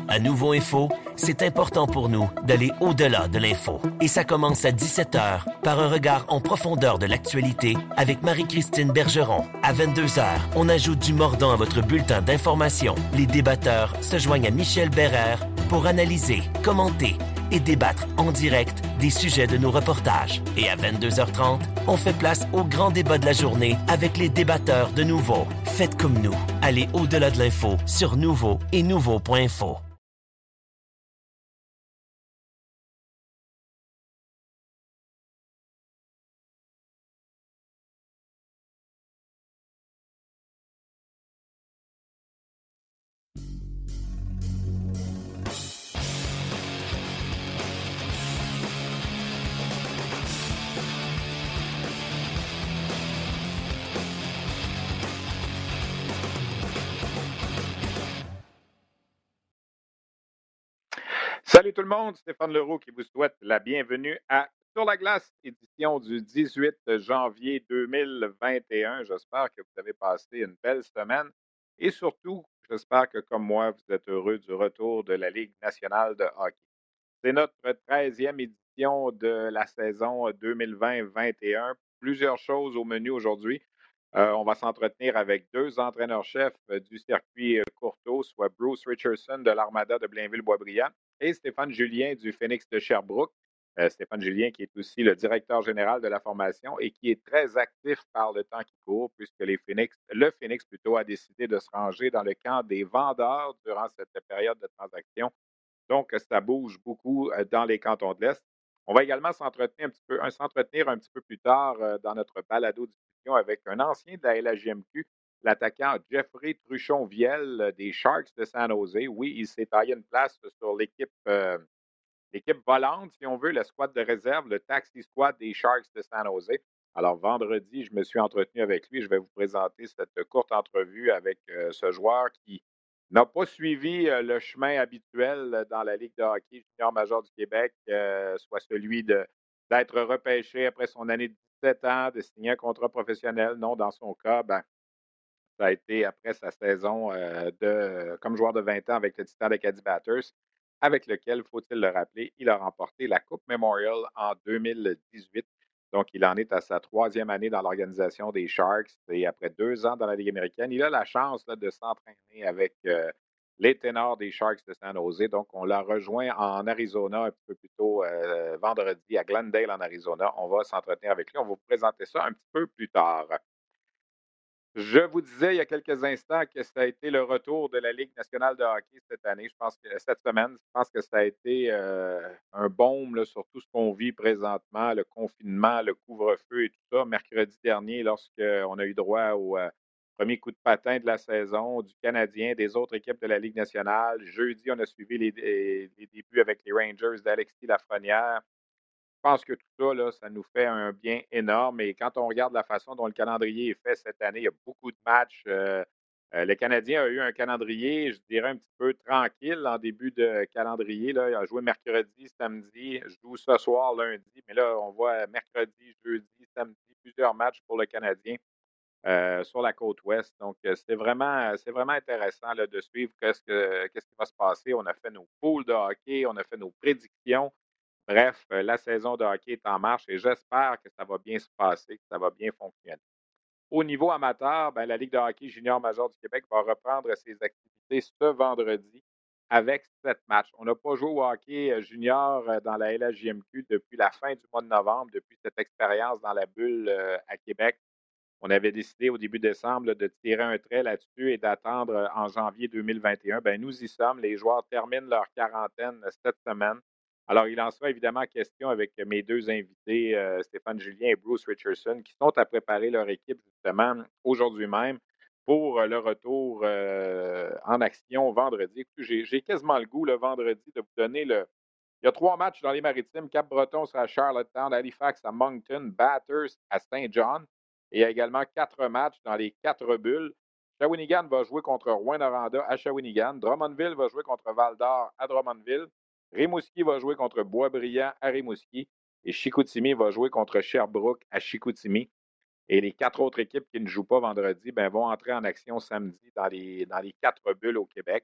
À Nouveau Info, c'est important pour nous d'aller au-delà de l'info. Et ça commence à 17h par un regard en profondeur de l'actualité avec Marie-Christine Bergeron. À 22h, on ajoute du mordant à votre bulletin d'information. Les débatteurs se joignent à Michel Bérère pour analyser, commenter et débattre en direct des sujets de nos reportages. Et à 22h30, on fait place au grand débat de la journée avec les débatteurs de Nouveau. Faites comme nous. Allez au-delà de l'info sur Nouveau et Nouveau.info. Salut tout le monde, Stéphane Leroux qui vous souhaite la bienvenue à Sur la glace, édition du 18 janvier 2021. J'espère que vous avez passé une belle semaine et surtout, j'espère que comme moi, vous êtes heureux du retour de la Ligue nationale de hockey. C'est notre 13e édition de la saison 2020-21. Plusieurs choses au menu aujourd'hui. On va s'entretenir avec deux entraîneurs-chefs du circuit Courteau, soit Bruce Richardson de l'Armada de Blainville-Boisbriand et Stéphane Julien du Phoenix de Sherbrooke. Stéphane Julien qui est aussi le directeur général de la formation et qui est très actif par le temps qui court puisque le Phoenix plutôt a décidé de se ranger dans le camp des vendeurs durant cette période de transaction. Donc, ça bouge beaucoup dans les cantons de l'Est. On va également s'entretenir un petit peu plus tard dans notre balado-discussion avec un ancien de la LHJMQ, l'attaquant Jeffrey Truchon-Viel des Sharks de San Jose. Oui, il s'est taillé une place sur l'équipe volante, si on veut, le squad de réserve, le taxi squad des Sharks de San Jose. Alors, vendredi, je me suis entretenu avec lui. Je vais vous présenter cette courte entrevue avec ce joueur qui n'a pas suivi le chemin habituel dans la Ligue de hockey junior major du Québec, soit celui d'être repêché après son année de 17 ans, de signer un contrat professionnel. Non, dans son cas, ça a été après sa saison comme joueur de 20 ans avec le Titan d'Acadie Batters, avec lequel, faut-il le rappeler, il a remporté la Coupe Memorial en 2018. Donc, il en est à sa troisième année dans l'organisation des Sharks et après 2 ans dans la Ligue américaine, il a la chance là, de s'entraîner avec les ténors des Sharks de San Jose. Donc, on l'a rejoint en Arizona un petit peu plus tôt vendredi à Glendale en Arizona. On va s'entretenir avec lui. On va vous présenter ça un petit peu plus tard. Je vous disais il y a quelques instants que ça a été le retour de la Ligue nationale de hockey cette année. Je pense que cette semaine, je pense que ça a été un baume là, sur tout ce qu'on vit présentement, le confinement, le couvre-feu et tout ça. Mercredi dernier, lorsqu'on a eu droit au premier coup de patin de la saison du Canadien, des autres équipes de la Ligue nationale. Jeudi, on a suivi les débuts avec les Rangers d'Alexis Lafrenière. Je pense que tout ça, là, ça nous fait un bien énorme. Et quand on regarde la façon dont le calendrier est fait cette année, il y a beaucoup de matchs. Le Canadien a eu un calendrier, je dirais, un petit peu tranquille en début de calendrier. Là. Il a joué mercredi, samedi, joue ce soir, lundi. Mais là, on voit mercredi, jeudi, samedi, plusieurs matchs pour le Canadien sur la côte ouest. Donc, c'est vraiment intéressant là, de suivre qu'est-ce qui va se passer. On a fait nos poules de hockey, on a fait nos prédictions. Bref, la saison de hockey est en marche et j'espère que ça va bien se passer, que ça va bien fonctionner. Au niveau amateur, la Ligue de hockey junior major du Québec va reprendre ses activités ce vendredi avec 7 matchs. On n'a pas joué au hockey junior dans la LHJMQ depuis la fin du mois de novembre, depuis cette expérience dans la bulle à Québec. On avait décidé au début décembre là, de tirer un trait là-dessus et d'attendre en janvier 2021. Nous y sommes. Les joueurs terminent leur quarantaine cette semaine. Alors, il en sera évidemment question avec mes deux invités, Stéphane Julien et Bruce Richardson, qui sont à préparer leur équipe justement aujourd'hui même pour le retour en action vendredi. Écoutez, j'ai quasiment le goût le vendredi de vous donner le. Il y a 3 matchs dans les maritimes. Cap-Breton sera à Charlottetown, Halifax à Moncton, Bathurst à Saint John. Et il y a également 4 matchs dans les 4 bulles. Shawinigan va jouer contre Rouyn-Noranda à Shawinigan. Drummondville va jouer contre Val-d'Or à Drummondville. Rimouski va jouer contre Boisbriand à Rimouski. Et Chicoutimi va jouer contre Sherbrooke à Chicoutimi. Et les 4 autres équipes qui ne jouent pas vendredi vont entrer en action samedi dans les 4 bulles au Québec.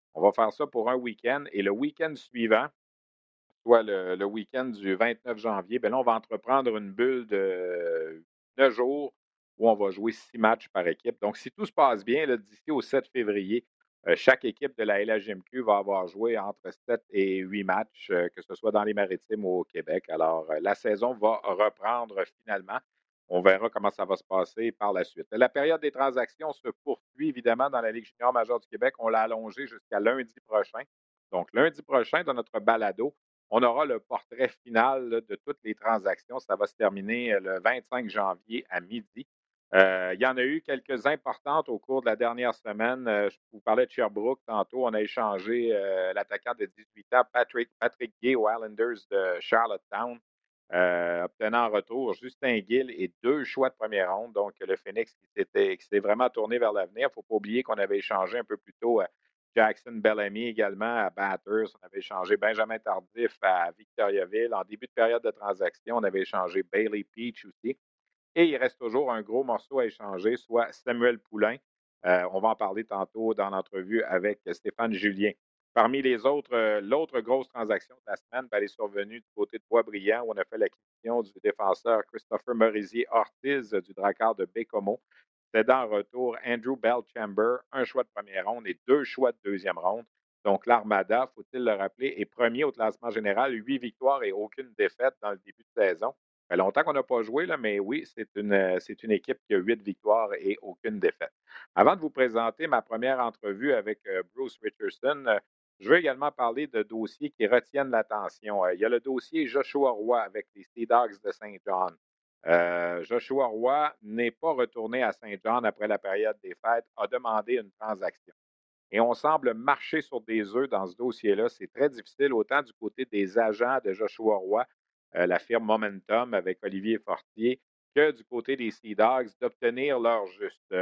On va faire ça pour un week-end et le week-end suivant, soit le week-end du 29 janvier, bien là, on va entreprendre une bulle de 9 jours où on va jouer 6 matchs par équipe. Donc, si tout se passe bien, là, d'ici au 7 février, chaque équipe de la LHMQ va avoir joué entre 7 et 8 matchs, que ce soit dans les Maritimes ou au Québec. Alors, la saison va reprendre finalement. On verra comment ça va se passer par la suite. La période des transactions se poursuit évidemment dans la Ligue junior majeure du Québec. On l'a allongée jusqu'à lundi prochain. Donc, lundi prochain, dans notre balado, on aura le portrait final là, de toutes les transactions. Ça va se terminer le 25 janvier à midi. Il y en a eu quelques importantes au cours de la dernière semaine. Je vous parlais de Sherbrooke tantôt. On a échangé l'attaquant de 18 ans, Patrick Gay aux Islanders de Charlottetown, obtenant en retour Justin Gill et 2 choix de première ronde. Donc, le Phoenix qui s'est vraiment tourné vers l'avenir. Il ne faut pas oublier qu'on avait échangé un peu plus tôt Jackson Bellamy également à Bathurst. On avait échangé Benjamin Tardif à Victoriaville. En début de période de transaction, on avait échangé Bailey Peach aussi. Et il reste toujours un gros morceau à échanger, soit Samuel Poulain. On va en parler tantôt dans l'entrevue avec Stéphane Julien. Parmi les autres, l'autre grosse transaction de la semaine, elle est survenue du côté de Boisbriand, où on a fait l'acquisition du défenseur Christopher Merisier-Ortiz du Drakkar de Bécomo. C'est en retour Andrew Belchamber, un choix de première ronde et 2 choix de deuxième ronde. Donc, l'Armada, faut-il le rappeler, est premier au classement général, 8 victoires et aucune défaite dans le début de saison. Ça fait longtemps qu'on n'a pas joué, là, mais oui, c'est une équipe qui a 8 victoires et aucune défaite. Avant de vous présenter ma première entrevue avec Bruce Richardson, je veux également parler de dossiers qui retiennent l'attention. Il y a le dossier Joshua Roy avec les Sea Dogs de Saint John. Joshua Roy n'est pas retourné à Saint John après la période des fêtes, a demandé une transaction. Et on semble marcher sur des œufs dans ce dossier-là. C'est très difficile, autant du côté des agents de Joshua Roy, la firme Momentum avec Olivier Fortier, que du côté des Sea Dogs, d'obtenir leur juste.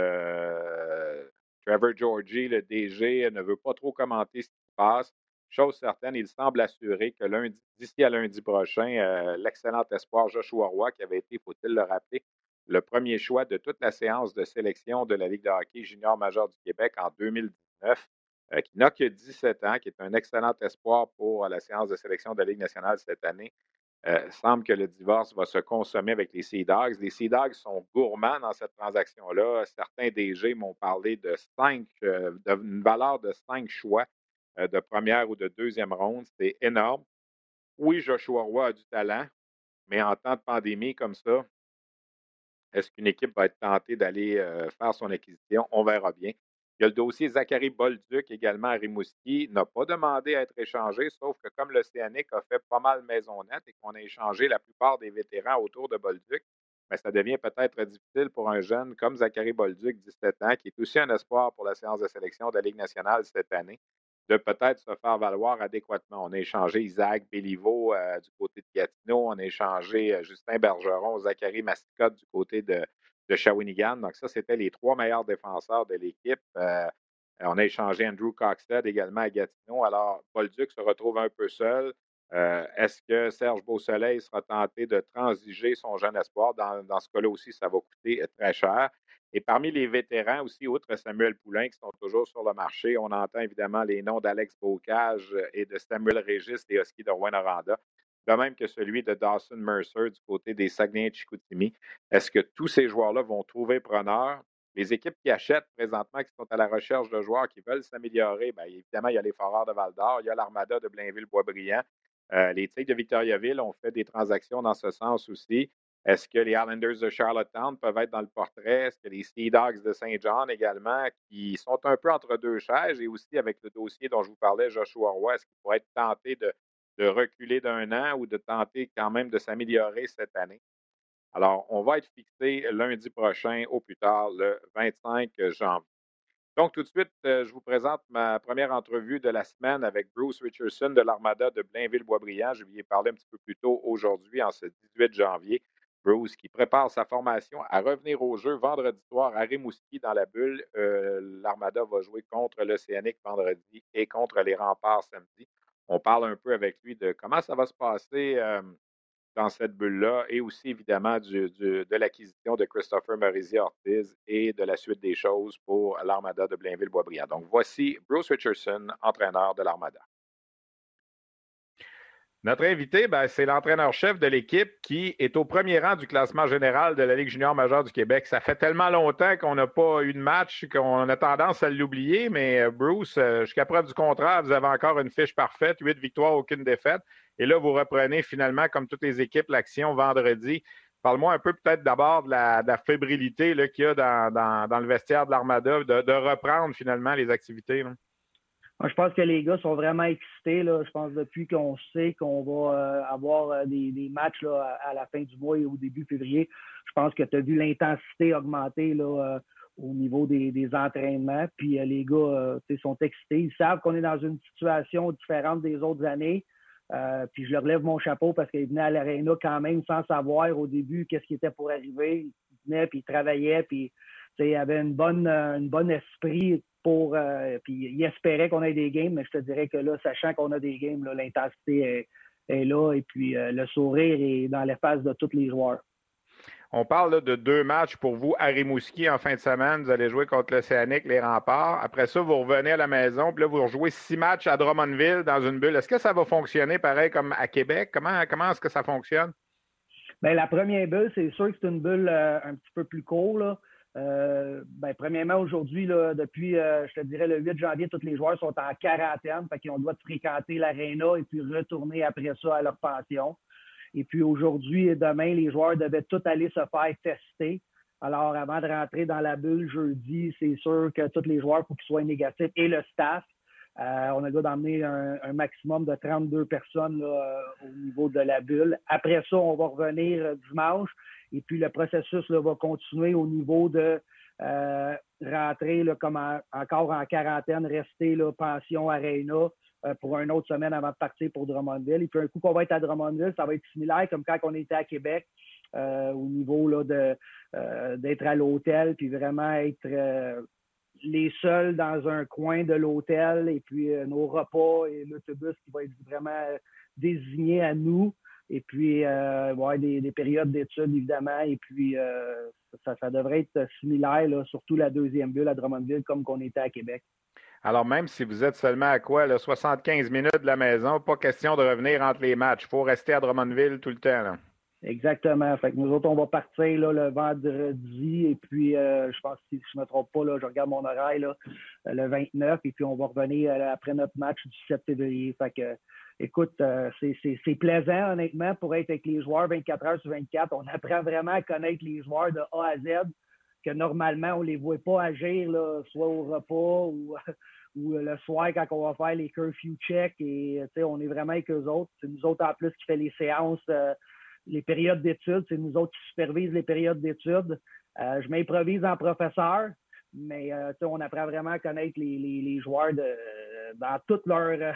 Trevor Georgie, le DG, ne veut pas trop commenter ce qui se passe. Chose certaine, il semble assurer que d'ici à lundi prochain, l'excellent espoir Joshua Roy, qui avait été, faut-il le rappeler, le premier choix de toute la séance de sélection de la Ligue de hockey junior majeur du Québec en 2019, qui n'a que 17 ans, qui est un excellent espoir pour la séance de sélection de la Ligue nationale cette année. Semble que le divorce va se consommer avec les Sea Dogs. Les Sea Dogs sont gourmands dans cette transaction-là. Certains DG m'ont parlé d'une valeur de 5 choix de première ou de deuxième ronde. C'est énorme. Oui, Joshua Roy a du talent, mais en temps de pandémie comme ça, est-ce qu'une équipe va être tentée d'aller faire son acquisition? On verra bien. Il y a le dossier Zachary Bolduc également à Rimouski, n'a pas demandé à être échangé, sauf que comme l'Océanique a fait pas mal maison nette et qu'on a échangé la plupart des vétérans autour de Bolduc, bien, ça devient peut-être difficile pour un jeune comme Zachary Bolduc, 17 ans, qui est aussi un espoir pour la séance de sélection de la Ligue nationale cette année, de peut-être se faire valoir adéquatement. On a échangé Isaac Béliveau du côté de Gatineau, on a échangé Justin Bergeron, Zachary Masticotte du côté de Shawinigan. Donc ça, c'était les 3 meilleurs défenseurs de l'équipe. On a échangé Andrew Coxted également à Gatineau. Alors, Bolduc se retrouve un peu seul. Est-ce que Serge Beausoleil sera tenté de transiger son jeune espoir? Dans ce cas-là aussi, ça va coûter très cher. Et parmi les vétérans aussi, outre Samuel Poulain, qui sont toujours sur le marché, on entend évidemment les noms d'Alex Bocage et de Samuel Régis des Huskies de Rouyn-Noranda, de même que celui de Dawson Mercer du côté des Saguenay-Chicoutimi. Est-ce que tous ces joueurs-là vont trouver preneur? Les équipes qui achètent présentement, qui sont à la recherche de joueurs qui veulent s'améliorer, bien, évidemment, il y a les Foreurs de Val-d'Or, il y a l'Armada de Blainville-Boisbriand. Les Tigres de Victoriaville ont fait des transactions dans ce sens aussi. Est-ce que les Islanders de Charlottetown peuvent être dans le portrait? Est-ce que les Sea Dogs de Saint John également, qui sont un peu entre deux chaises, et aussi avec le dossier dont je vous parlais, Joshua Roy, est-ce qu'il pourrait être tenté de reculer d'un an ou de tenter quand même de s'améliorer cette année? Alors, on va être fixé lundi prochain, au plus tard, le 25 janvier. Donc, tout de suite, je vous présente ma première entrevue de la semaine avec Bruce Richardson de l'Armada de Blainville-Boisbriand. Je lui ai parlé un petit peu plus tôt aujourd'hui, en ce 18 janvier. Bruce qui prépare sa formation à revenir au jeu vendredi soir à Rimouski dans la bulle. L'Armada va jouer contre l'Océanique vendredi et contre les Remparts samedi. On parle un peu avec lui de comment ça va se passer dans cette bulle-là et aussi évidemment de l'acquisition de Christopher Marizzi-Ortiz et de la suite des choses pour l'Armada de Blainville-Boisbriand. Donc voici Bruce Richardson, entraîneur de l'Armada. Notre invité, c'est l'entraîneur-chef de l'équipe qui est au premier rang du classement général de la Ligue junior majeure du Québec. Ça fait tellement longtemps qu'on n'a pas eu de match qu'on a tendance à l'oublier, mais Bruce, jusqu'à preuve du contraire, vous avez encore une fiche parfaite, 8 victoires, aucune défaite. Et là, vous reprenez finalement, comme toutes les équipes, l'action vendredi. Parle-moi un peu peut-être d'abord de la fébrilité qu'il y a dans le vestiaire de l'Armada, de reprendre finalement les activités. Là. Moi, je pense que les gars sont vraiment excités. Là. Je pense depuis qu'on sait qu'on va avoir des matchs là, à la fin du mois et au début février, je pense que tu as vu l'intensité augmenter là, au niveau des entraînements. Puis les gars sont excités. Ils savent qu'on est dans une situation différente des autres années. Puis je leur lève mon chapeau parce qu'ils venaient à l'Arena quand même sans savoir au début qu'est-ce qui était pour arriver. Ils venaient, puis ils travaillaient, puis il y avait une bonne esprit puis ils espéraient qu'on ait des games, mais je te dirais que là, sachant qu'on a des games, là, l'intensité est là et puis le sourire est dans les faces de tous les joueurs. On parle là, de 2 matchs pour vous à Rimouski en fin de semaine. Vous allez jouer contre l'Océanique, les Remparts. Après ça, vous revenez à la maison. Puis là, vous rejouez 6 matchs à Drummondville dans une bulle. Est-ce que ça va fonctionner pareil comme à Québec? Comment est-ce que ça fonctionne? Bien, la première bulle, c'est sûr que c'est une bulle un petit peu plus courte. Là. Premièrement, aujourd'hui, là, depuis, je te dirais, le 8 janvier, tous les joueurs sont en quarantaine. Fait qu'ils ont le droit de fréquenter l'aréna et puis retourner après ça à leur pension. Et puis aujourd'hui et demain, les joueurs devaient tous aller se faire tester. Alors, avant de rentrer dans la bulle jeudi, c'est sûr que tous les joueurs, il faut qu'ils soient négatifs et le staff. On a le droit d'emmener un maximum de 32 personnes là, au niveau de la bulle. Après ça, on va revenir dimanche. Et puis, le processus là, va continuer au niveau de rentrer là, comme encore en quarantaine, rester là, pension Arena pour une autre semaine avant de partir pour Drummondville. Et puis, un coup qu'on va être à Drummondville, ça va être similaire comme quand on était à Québec au niveau là, d'être à l'hôtel puis vraiment être les seuls dans un coin de l'hôtel et puis nos repas et l'autobus qui va être vraiment désigné à nous. Et puis, des périodes d'études, évidemment. Et puis, ça devrait être similaire, là, surtout la deuxième bulle à Drummondville, comme qu'on était à Québec. Alors, même si vous êtes seulement à quoi, là, 75 minutes de la maison, pas question de revenir entre les matchs. Il faut rester à Drummondville tout le temps. Là. Exactement. Fait que nous autres, on va partir là, le vendredi. Et puis, je pense, si je ne me trompe pas, là, je regarde mon horaire, là, le 29. Et puis, on va revenir après notre match du 7 février. Fait que, écoute, c'est plaisant, honnêtement, pour être avec les joueurs 24 heures sur 24. On apprend vraiment à connaître les joueurs de A à Z, que normalement, on ne les voit pas agir, là, soit au repas ou le soir quand on va faire les curfew checks. Et on est vraiment avec eux autres. C'est nous autres, en plus, qui fait les séances, les périodes d'études. C'est nous autres qui supervisent les périodes d'études. Je m'improvise en professeur. Mais on apprend vraiment à connaître les joueurs dans toute leur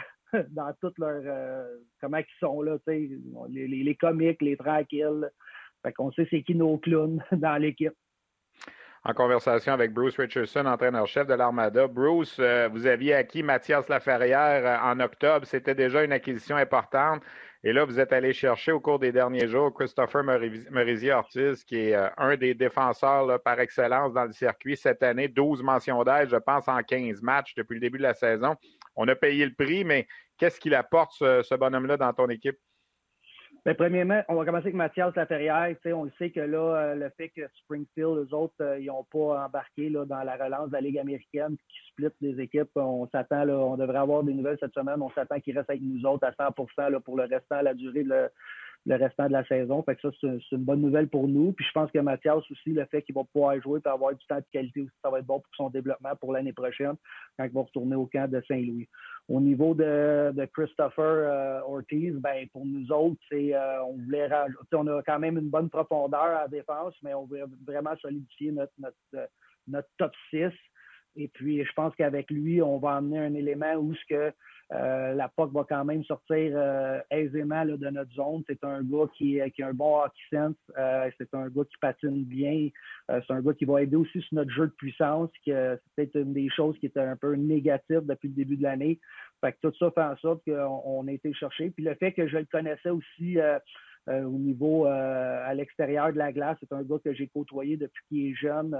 comment ils sont là, les comiques, les tranquilles. Fait qu'on sait c'est qui nos clowns dans l'équipe. En conversation avec Bruce Richardson, entraîneur-chef de l'Armada. Bruce, vous aviez acquis Mathias Laferrière en octobre. C'était déjà une acquisition importante. Et là, vous êtes allé chercher au cours des derniers jours Christopher Marizzi-Ortiz, qui est un des défenseurs là, par excellence dans le circuit cette année. 12 mentions d'aide, je pense, en 15 matchs depuis le début de la saison. On a payé le prix, mais qu'est-ce qu'il apporte, ce bonhomme-là, dans ton équipe? Bien, premièrement, on va commencer avec Mathias Laferrière. On le sait que là, le fait que Springfield, eux autres, ils n'ont pas embarqué là, dans la relance de la Ligue américaine qui split les équipes. On s'attend, là, on devrait avoir des nouvelles cette semaine. On s'attend qu'ils restent avec nous autres à 100% là, pour le restant, la durée le restant de la saison. Fait que ça, c'est une bonne nouvelle pour nous. Puis je pense que Mathias aussi, le fait qu'il va pouvoir jouer et avoir du temps de qualité aussi, ça va être bon pour son développement pour l'année prochaine quand il va retourner au camp de Saint-Louis. Au niveau de Christopher Ortiz, ben pour nous autres, on voulait on a quand même une bonne profondeur à la défense, mais on voulait vraiment solidifier notre top 6. Et puis, je pense qu'avec lui, on va amener un élément où ce que la POC va quand même sortir aisément là, de notre zone. C'est un gars qui a un bon hockey sense. C'est un gars qui patine bien. C'est un gars qui va aider aussi sur notre jeu de puissance, c'est peut-être une des choses qui était un peu négative depuis le début de l'année. Fait que tout ça fait en sorte qu'on a été chercher. Puis le fait que je le connaissais aussi Au niveau à l'extérieur de la glace, c'est un gars que j'ai côtoyé depuis qu'il est jeune.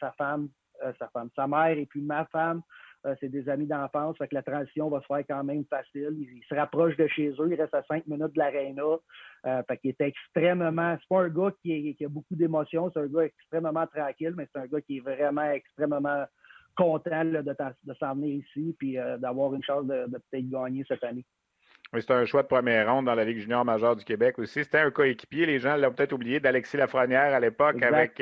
Sa mère et puis ma femme, c'est des amis d'enfance. Fait que la transition va se faire quand même facile. Il se rapproche de chez eux. Il reste à 5 minutes de l'aréna. Fait qu'il est extrêmement... C'est pas un gars qui a beaucoup d'émotions. C'est un gars extrêmement tranquille, mais c'est un gars qui est vraiment extrêmement content là, de s'en venir ici puis d'avoir une chance de peut-être gagner cette année. Oui, c'était un choix de première ronde dans la Ligue junior majeure du Québec aussi. C'était un coéquipier, les gens l'ont peut-être oublié, d'Alexis Lafrenière à l'époque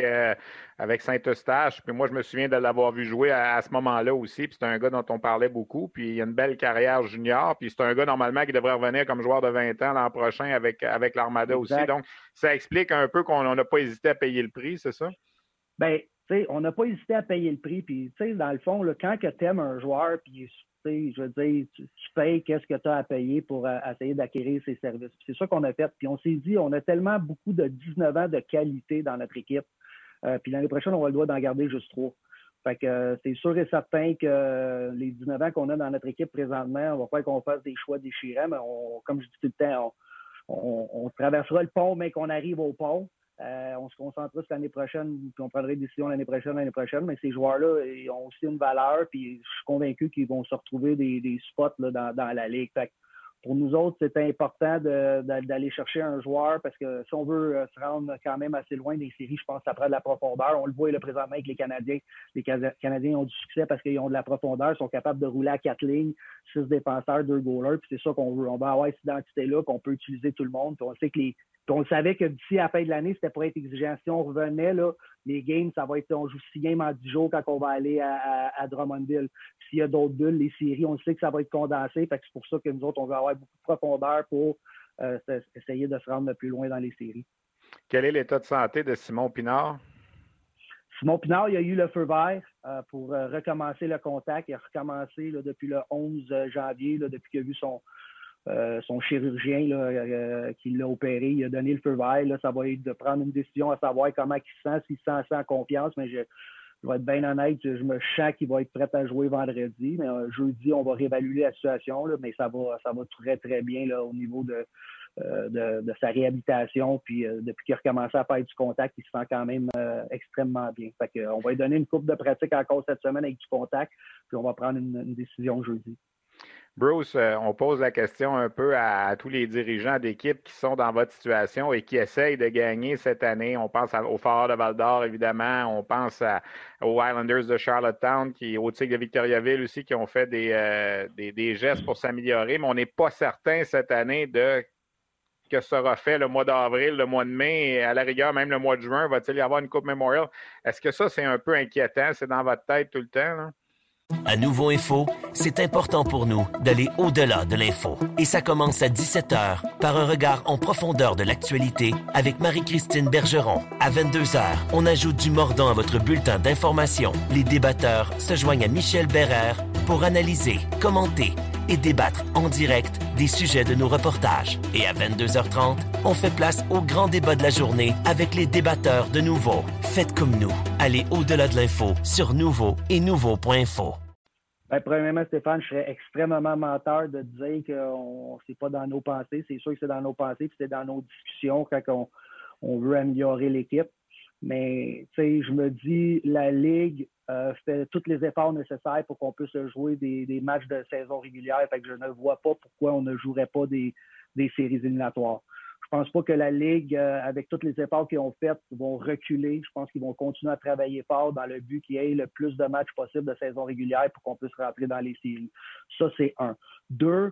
avec Saint-Eustache. Puis moi, je me souviens de l'avoir vu jouer à ce moment-là aussi. Puis c'est un gars dont on parlait beaucoup. Puis il a une belle carrière junior. Puis c'est un gars normalement qui devrait revenir comme joueur de 20 ans l'an prochain avec l'Armada aussi. Donc, ça explique un peu qu'on n'a pas hésité à payer le prix, c'est ça? Bien, tu sais, on n'a pas hésité à payer le prix. Puis, tu sais, dans le fond, là, quand tu aimes un joueur, puis je veux dire, tu payes qu'est-ce que tu as à payer pour essayer d'acquérir ses services. C'est ça qu'on a fait. Puis on s'est dit, on a tellement beaucoup de 19 ans de qualité dans notre équipe. Puis l'année prochaine, on va le droit d'en garder juste 3. Fait que c'est sûr et certain que les 19 ans qu'on a dans notre équipe présentement, on va faire qu'on fasse des choix déchirants, mais comme je dis tout le temps, on traversera le pont, mais qu'on arrive au pont. On se concentrera l'année prochaine, puis on prendra des décisions l'année prochaine, mais ces joueurs-là, ils ont aussi une valeur, puis je suis convaincu qu'ils vont se retrouver des spots là, dans la ligue. Fait que pour nous autres, c'est important d'aller chercher un joueur parce que si on veut se rendre quand même assez loin des séries, je pense que ça prend de la profondeur. On le voit là, présentement avec les Canadiens. Les Canadiens ont du succès parce qu'ils ont de la profondeur, sont capables de rouler à 4 lignes, 6 défenseurs, 2 goalers, puis c'est ça qu'on veut. On va avoir cette identité-là, qu'on peut utiliser tout le monde. Puis on sait que puis on savait que d'ici à la fin de l'année, c'était pour être exigeant. Si on revenait, là, les games, ça va être, on joue 6 games en 10 jours quand on va aller à Drummondville. S'il y a d'autres bulles, les séries, on sait que ça va être condensé. Fait que c'est pour ça que nous autres, on veut avoir beaucoup de profondeur pour essayer de se rendre le plus loin dans les séries. Quel est l'état de santé de Simon Pinard? Simon Pinard, il a eu le feu vert pour recommencer le contact. Il a recommencé là, depuis le 11 janvier, là, depuis qu'il a vu son chirurgien là, qui l'a opéré. Il a donné le feu vert. Là, ça va être de prendre une décision à savoir comment il se sent, s'il se sent en confiance, mais je vais être bien honnête, je me sens qu'il va être prêt à jouer vendredi. Mais jeudi, on va réévaluer la situation, là, mais ça va très, très bien là, au niveau de sa réhabilitation. Puis depuis qu'il a recommencé à faire du contact, il se sent quand même extrêmement bien. Fait que, on va lui donner une coupe de pratique encore cette semaine avec du contact, puis on va prendre une décision jeudi. Bruce, on pose la question un peu à tous les dirigeants d'équipe qui sont dans votre situation et qui essayent de gagner cette année. On pense au Foreurs de Val-d'Or, évidemment. On pense aux Islanders de Charlottetown, au Tigres de Victoriaville aussi, qui ont fait des gestes pour s'améliorer. Mais on n'est pas certain cette année de que sera fait le mois d'avril, le mois de mai, et à la rigueur, même le mois de juin. Va-t-il y avoir une Coupe Memorial? Est-ce que ça, c'est un peu inquiétant? C'est dans votre tête tout le temps, là? À Nouveau Info, c'est important pour nous d'aller au-delà de l'info. Et ça commence à 17h par un regard en profondeur de l'actualité avec Marie-Christine Bergeron. À 22h, on ajoute du mordant à votre bulletin d'information. Les débatteurs se joignent à Michel Bérère pour analyser, commenter et débattre en direct des sujets de nos reportages. Et à 22h30, on fait place au grand débat de la journée avec les débatteurs de Nouveau. Faites comme nous. Allez au-delà de l'info sur Nouveau et Nouveau.info. Ben, premièrement, Stéphane, je serais extrêmement menteur de dire que c'est pas dans nos pensées. C'est sûr que c'est dans nos pensées, puis c'est dans nos discussions quand on veut améliorer l'équipe. Mais tu sais, je me dis, la Ligue fait tous les efforts nécessaires pour qu'on puisse jouer des matchs de saison régulière. Fait que je ne vois pas pourquoi on ne jouerait pas des séries éliminatoires. Je pense pas que la Ligue, avec tous les efforts qu'ils ont faits, vont reculer. Je pense qu'ils vont continuer à travailler fort dans le but qu'il y ait le plus de matchs possible de saison régulière pour qu'on puisse rentrer dans les séries. Ça, c'est un. Deux,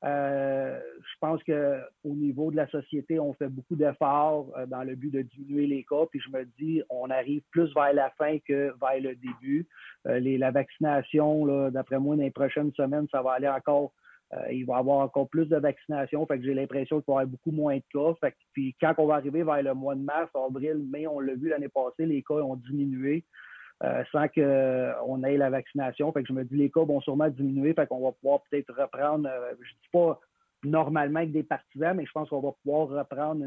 je pense qu'au niveau de la société, on fait beaucoup d'efforts dans le but de diminuer les cas. Puis je me dis, on arrive plus vers la fin que vers le début. La vaccination, là, d'après moi, dans les prochaines semaines, ça va aller encore. Il va y avoir encore plus de vaccination. Fait que j'ai l'impression qu'il va y avoir beaucoup moins de cas. Fait que, puis quand on va arriver vers le mois de mars, avril, mai, on l'a vu l'année passée, les cas ont diminué sans qu'on ait la vaccination. Fait que je me dis les cas vont sûrement diminuer. Fait qu'on va pouvoir peut-être reprendre, je dis pas normalement avec des partisans, mais je pense qu'on va pouvoir reprendre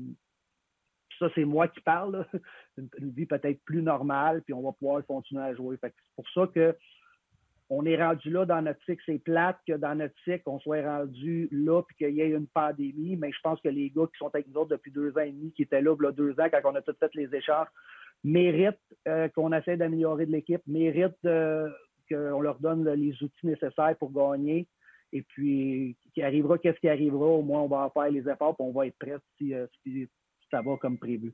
ça, c'est moi qui parle, là. Une vie peut-être plus normale, puis on va pouvoir continuer à jouer. Fait que c'est pour ça que on est rendu là dans notre cycle. C'est plate que dans notre cycle, on soit rendu là puis qu'il y ait une pandémie. Mais je pense que les gars qui sont avec nous autres depuis 2 ans et demi, qui étaient là, 2 ans, quand on a tout fait les échanges, méritent qu'on essaie d'améliorer de l'équipe, méritent qu'on leur donne les outils nécessaires pour gagner. Et puis, qu'il arrivera, qu'est-ce qui arrivera, au moins, on va en faire les efforts et on va être prêts si ça va comme prévu.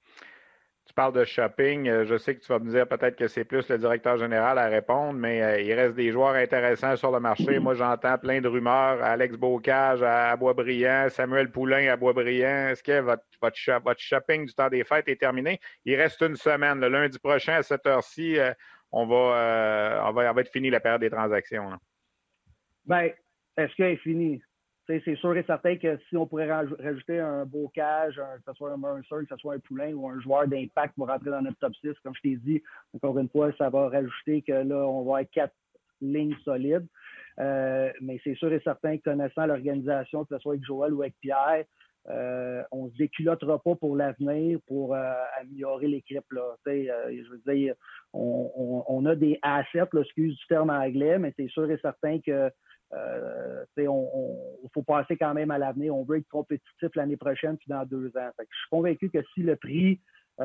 Tu parles de shopping. Je sais que tu vas me dire peut-être que c'est plus le directeur général à répondre, mais il reste des joueurs intéressants sur le marché. Moi, j'entends plein de rumeurs. Alex Beaucage à Boisbriand, Samuel Poulain à Boisbriand. Est-ce que votre shopping du temps des fêtes est terminé? Il reste une semaine. Le lundi prochain, à cette heure-ci, on va être fini la période des transactions. Là. Bien, est-ce qu'elle est finie? C'est sûr et certain que si on pourrait rajouter un Bocage, que ce soit un Mercer, que ce soit un Poulain ou un joueur d'impact pour rentrer dans notre top 6, comme je t'ai dit, encore une fois, ça va rajouter que là, on va avoir 4 lignes solides. Mais c'est sûr et certain que connaissant l'organisation, que ce soit avec Joël ou avec Pierre, on ne se déculottera pas pour l'avenir pour améliorer l'équipe. Je veux dire, on a des assets, là, excuse du terme anglais, mais c'est sûr et certain que il faut passer quand même à l'avenir. On veut être compétitif l'année prochaine puis dans 2 ans. Fait que je suis convaincu que si le prix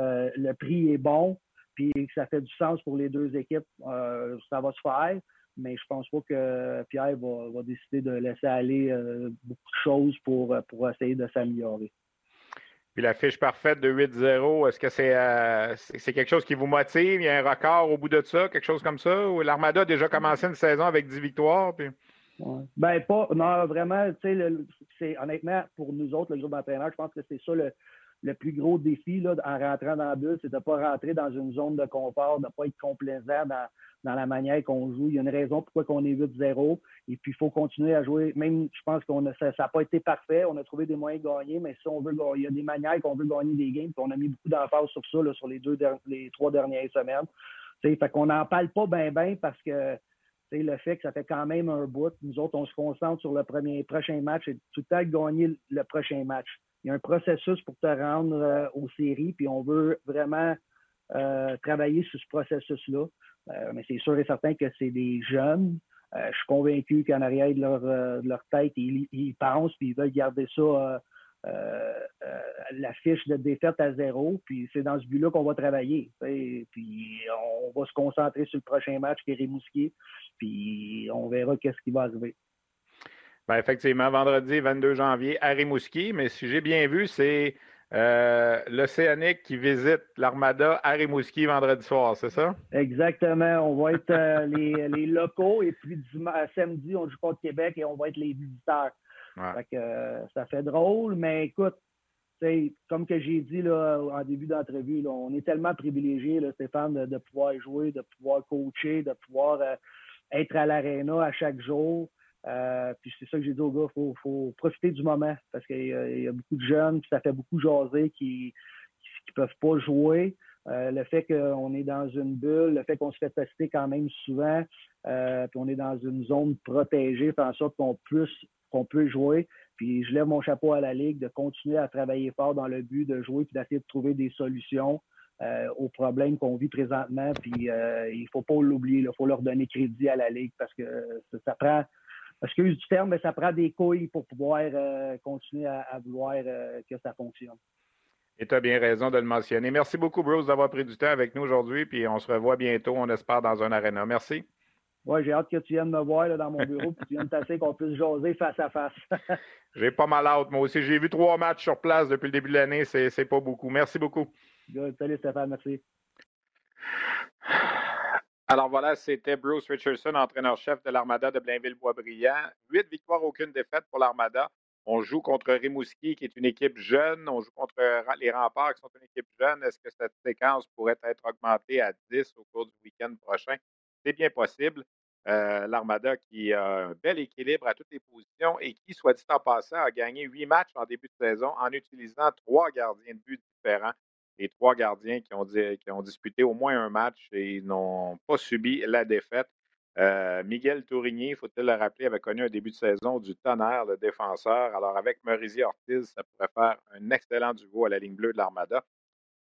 est bon puis que ça fait du sens pour les 2 équipes, ça va se faire. Mais je pense pas que Pierre va décider de laisser aller beaucoup de choses pour essayer de s'améliorer. Puis la fiche parfaite de 8-0, est-ce que c'est quelque chose qui vous motive? Il y a un record au bout de ça, quelque chose comme ça? Ou l'Armada a déjà commencé une saison avec 10 victoires? Puis... Ouais. Ben, pas. Non, vraiment, tu sais, c'est honnêtement, pour nous autres, le groupe d'entraîneurs, je pense que c'est ça le plus gros défi là, en rentrant dans la bulle, c'est de ne pas rentrer dans une zone de confort, de ne pas être complaisant dans la manière qu'on joue. Il y a une raison pourquoi on est 8-0. Et puis, il faut continuer à jouer. Même, je pense que ça n'a pas été parfait. On a trouvé des moyens de gagner, mais si on veut gagner, il y a des manières qu'on veut gagner des games. Puis on a mis beaucoup d'emphase sur ça là, sur les 3 dernières semaines. T'sais, fait qu'on n'en parle pas bien parce que le fait que ça fait quand même un bout. Nous autres, on se concentre sur le prochain match et tout le temps de gagner le prochain match. Il y a un processus pour te rendre aux séries, puis on veut vraiment travailler sur ce processus-là. Mais c'est sûr et certain que c'est des jeunes. Je suis convaincu qu'en arrière de leur tête, ils pensent puis ils veulent garder ça la fiche de défaite à 0. Puis c'est dans ce but-là qu'on va travailler. Puis on va se concentrer sur le prochain match qui est Rimouski. Puis on verra qu'est-ce qui va arriver. Bien, effectivement, vendredi 22 janvier à Rimouski, mais si j'ai bien vu, c'est l'Océanique qui visite l'Armada à Rimouski vendredi soir, c'est ça? Exactement. On va être les locaux et puis samedi, on joue contre Québec et on va être les visiteurs. Ouais. Fait que, ça fait drôle, mais écoute, comme que j'ai dit là, en début d'entrevue, là, on est tellement privilégiés, là, Stéphane, de pouvoir jouer, de pouvoir coacher, de pouvoir être à l'aréna à chaque jour. Puis c'est ça que j'ai dit aux gars, faut profiter du moment parce qu'il y a beaucoup de jeunes, puis ça fait beaucoup jaser qui peuvent pas jouer. Le fait qu'on est dans une bulle, le fait qu'on se fait tester quand même souvent, puis on est dans une zone protégée, fait en sorte qu'on peut jouer. Puis je lève mon chapeau à la Ligue de continuer à travailler fort dans le but de jouer puis d'essayer de trouver des solutions aux problèmes qu'on vit présentement. Puis il faut pas l'oublier, il faut leur donner crédit à la Ligue parce que ça prend, excuse du terme, mais ça prend des couilles pour pouvoir continuer à vouloir que ça fonctionne. Et tu as bien raison de le mentionner. Merci beaucoup, Bruce, d'avoir pris du temps avec nous aujourd'hui. Puis on se revoit bientôt, on espère, dans un aréna. Merci. Oui, j'ai hâte que tu viennes me voir là, dans mon bureau puis tu viennes tasser qu'on puisse jaser face à face. J'ai pas mal hâte, moi aussi. J'ai vu 3 matchs sur place depuis le début de l'année. C'est pas beaucoup. Merci beaucoup. Good. Salut, Stéphane. Merci. Alors voilà, c'était Bruce Richardson, entraîneur-chef de l'Armada de Blainville-Boisbriand. 8 victoires, aucune défaite pour l'Armada. On joue contre Rimouski, qui est une équipe jeune. On joue contre les Remparts, qui sont une équipe jeune. Est-ce que cette séquence pourrait être augmentée à 10 au cours du week-end prochain? C'est bien possible. L'Armada qui a un bel équilibre à toutes les positions et qui, soit dit en passant, a gagné 8 matchs en début de saison en utilisant 3 gardiens de but différents. Les 3 gardiens qui ont disputé au moins un match et ils n'ont pas subi la défaite. Miguel Tourigny, faut-il le rappeler, avait connu un début de saison du tonnerre, le défenseur. Alors, avec Mauricio Ortiz, ça pourrait faire un excellent duo à la ligne bleue de l'Armada.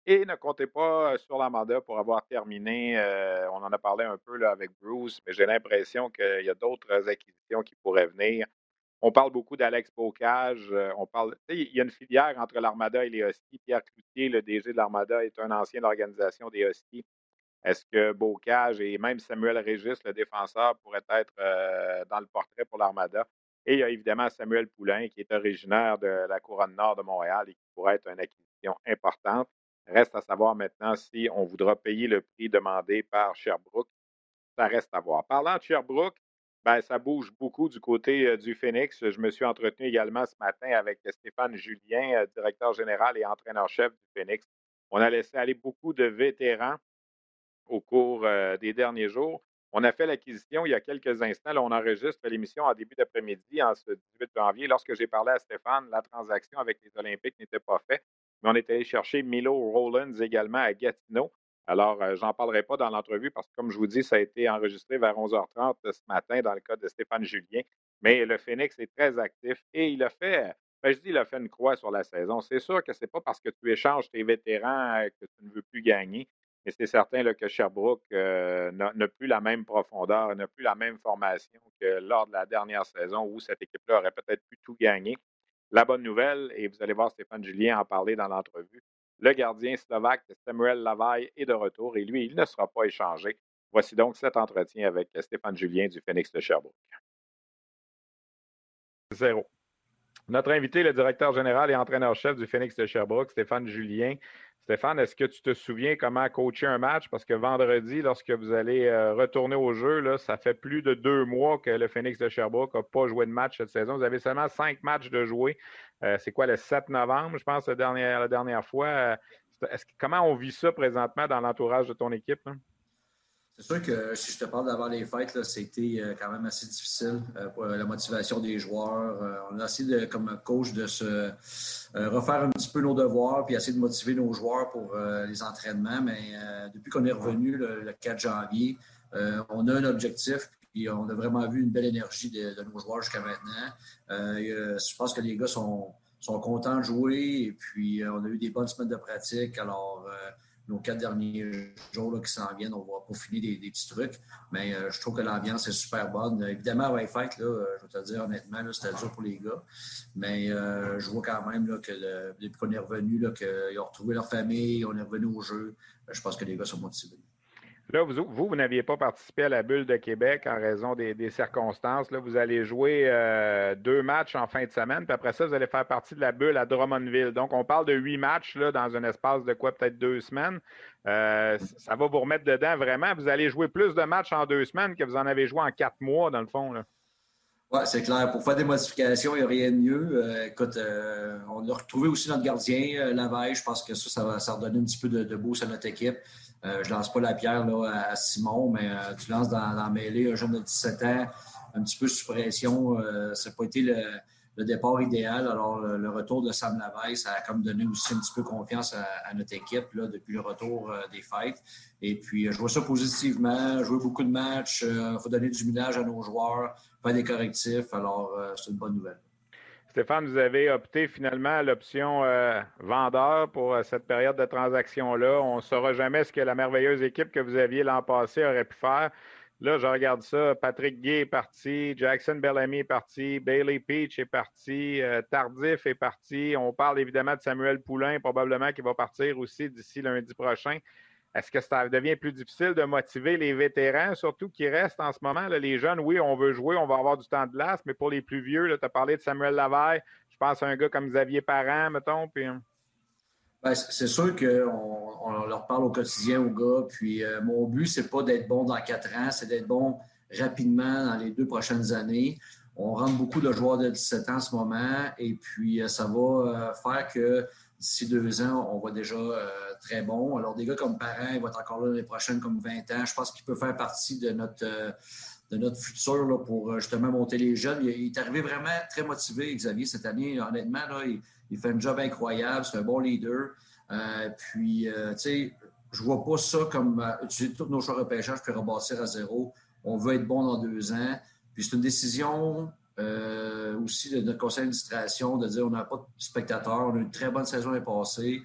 Et ne comptez pas sur l'Armada pour avoir terminé. On en a parlé un peu là, avec Bruce, mais j'ai l'impression qu'il y a d'autres acquisitions qui pourraient venir. On parle beaucoup d'Alex Bocage. Il y a une filière entre l'Armada et les Huskies. Pierre Cloutier, le DG de l'Armada, est un ancien de l'organisation des Huskies. Est-ce que Bocage et même Samuel Régis, le défenseur, pourraient être dans le portrait pour l'Armada? Et il y a évidemment Samuel Poulain, qui est originaire de la Couronne Nord de Montréal et qui pourrait être une acquisition importante. Reste à savoir maintenant si on voudra payer le prix demandé par Sherbrooke. Ça reste à voir. Parlant de Sherbrooke, ben, ça bouge beaucoup du côté du Phoenix. Je me suis entretenu également ce matin avec Stéphane Julien, directeur général et entraîneur-chef du Phoenix. On a laissé aller beaucoup de vétérans au cours des derniers jours. On a fait l'acquisition il y a quelques instants. Là, on enregistre l'émission en début d'après-midi, en ce 18 janvier. Lorsque j'ai parlé à Stéphane, la transaction avec les Olympiques n'était pas faite, mais on est allé chercher Milo Rollins également à Gatineau. Alors, j'en parlerai pas dans l'entrevue parce que, comme je vous dis, ça a été enregistré vers 11h30 ce matin dans le cas de Stéphane Julien. Mais le Phoenix est très actif et il a fait, il a fait une croix sur la saison. C'est sûr que c'est pas parce que tu échanges tes vétérans que tu ne veux plus gagner. Mais c'est certain là, que Sherbrooke n'a plus la même profondeur, n'a plus la même formation que lors de la dernière saison où cette équipe-là aurait peut-être pu tout gagner. La bonne nouvelle, et vous allez voir Stéphane Julien en parler dans l'entrevue, le gardien slovaque Samuel Lavaille est de retour et lui, il ne sera pas échangé. Voici donc cet entretien avec Stéphane Julien du Phoenix de Sherbrooke. 0. Notre invité, le directeur général et entraîneur-chef du Phoenix de Sherbrooke, Stéphane Julien. Stéphane, est-ce que tu te souviens comment coacher un match? Parce que vendredi, lorsque vous allez retourner au jeu, là, ça fait plus de 2 mois que le Phoenix de Sherbrooke n'a pas joué de match cette saison. Vous avez seulement 5 matchs de jouer. C'est quoi, le 7 novembre, je pense, la dernière fois? Comment on vit ça présentement dans l'entourage de ton équipe? Là? C'est sûr que si je te parle d'avant les fêtes, là, c'était quand même assez difficile pour la motivation des joueurs. On a essayé, comme coach, de se refaire un petit peu nos devoirs puis essayer de motiver nos joueurs pour les entraînements. Mais depuis qu'on est revenu le 4 janvier, on a un objectif puis on a vraiment vu une belle énergie de nos joueurs jusqu'à maintenant. Je pense que les gars sont contents de jouer et puis on a eu des bonnes semaines de pratique. Alors, nos 4 derniers jours là, qui s'en viennent, on va peaufiner des petits trucs. Mais je trouve que l'ambiance est super bonne. Évidemment, avec fête, là, je vais te dire honnêtement, là, c'était dur pour les gars. Mais je vois quand même là, que depuis qu'on est revenu, là, qu'ils ont retrouvé leur famille, on est revenu au jeu. Je pense que les gars sont motivés. Là, vous n'aviez pas participé à la bulle de Québec en raison des circonstances. Là, vous allez jouer 2 matchs en fin de semaine, puis après ça, vous allez faire partie de la bulle à Drummondville. Donc, on parle de 8 matchs là, dans un espace de quoi, peut-être 2 semaines. Ça va vous remettre dedans vraiment. Vous allez jouer plus de matchs en 2 semaines que vous en avez joué en 4 mois, dans le fond. Oui, c'est clair. Pour faire des modifications, il n'y a rien de mieux. Écoute, on a retrouvé aussi notre gardien, Lavaille. Je pense que ça va redonner un petit peu de boost à notre équipe. Je lance pas la pierre là, à Simon, mais tu lances dans la mêlée un jeune de 17 ans, un petit peu sous pression. Ça n'a pas été le départ idéal. Alors, le retour de Sam Lavaille, ça a comme donné aussi un petit peu confiance à notre équipe là, depuis le retour des fêtes. Et puis, je vois ça positivement. Jouer beaucoup de matchs, il faut donner du millage à nos joueurs, faire des correctifs. Alors, c'est une bonne nouvelle. Stéphane, vous avez opté finalement à l'option vendeur pour cette période de transaction-là. On ne saura jamais ce que la merveilleuse équipe que vous aviez l'an passé aurait pu faire. Là, je regarde ça. Patrick Guay est parti, Jackson Bellamy est parti, Bailey Peach est parti, Tardif est parti. On parle évidemment de Samuel Poulain, probablement qui va partir aussi d'ici lundi prochain. Est-ce que ça devient plus difficile de motiver les vétérans, surtout qui restent en ce moment? Là, les jeunes, oui, on veut jouer, on va avoir du temps de glace, mais pour les plus vieux, tu as parlé de Samuel Lavaille, je pense à un gars comme Xavier Parent, mettons. Puis... Bien, c'est sûr qu'on leur parle au quotidien aux gars. Puis mon but, c'est pas d'être bon dans 4 ans, c'est d'être bon rapidement dans les 2 prochaines années. On rentre beaucoup de joueurs de 17 ans en ce moment et puis ça va faire que d'ici 2 ans, on va déjà très bon. Alors, des gars comme Parent, il va être encore là l'année prochaine comme 20 ans. Je pense qu'il peut faire partie de notre futur là, pour justement monter les jeunes. Il est arrivé vraiment très motivé, Xavier, cette année. Honnêtement, là, il fait un job incroyable. C'est un bon leader. Tu sais, je vois pas ça comme utiliser tous nos choix de repêchage puis rebâtir à zéro. On veut être bon dans 2 ans. Puis c'est une décision aussi de notre conseil d'administration de dire on n'a pas de spectateurs. On a eu une très bonne saison l'année passée.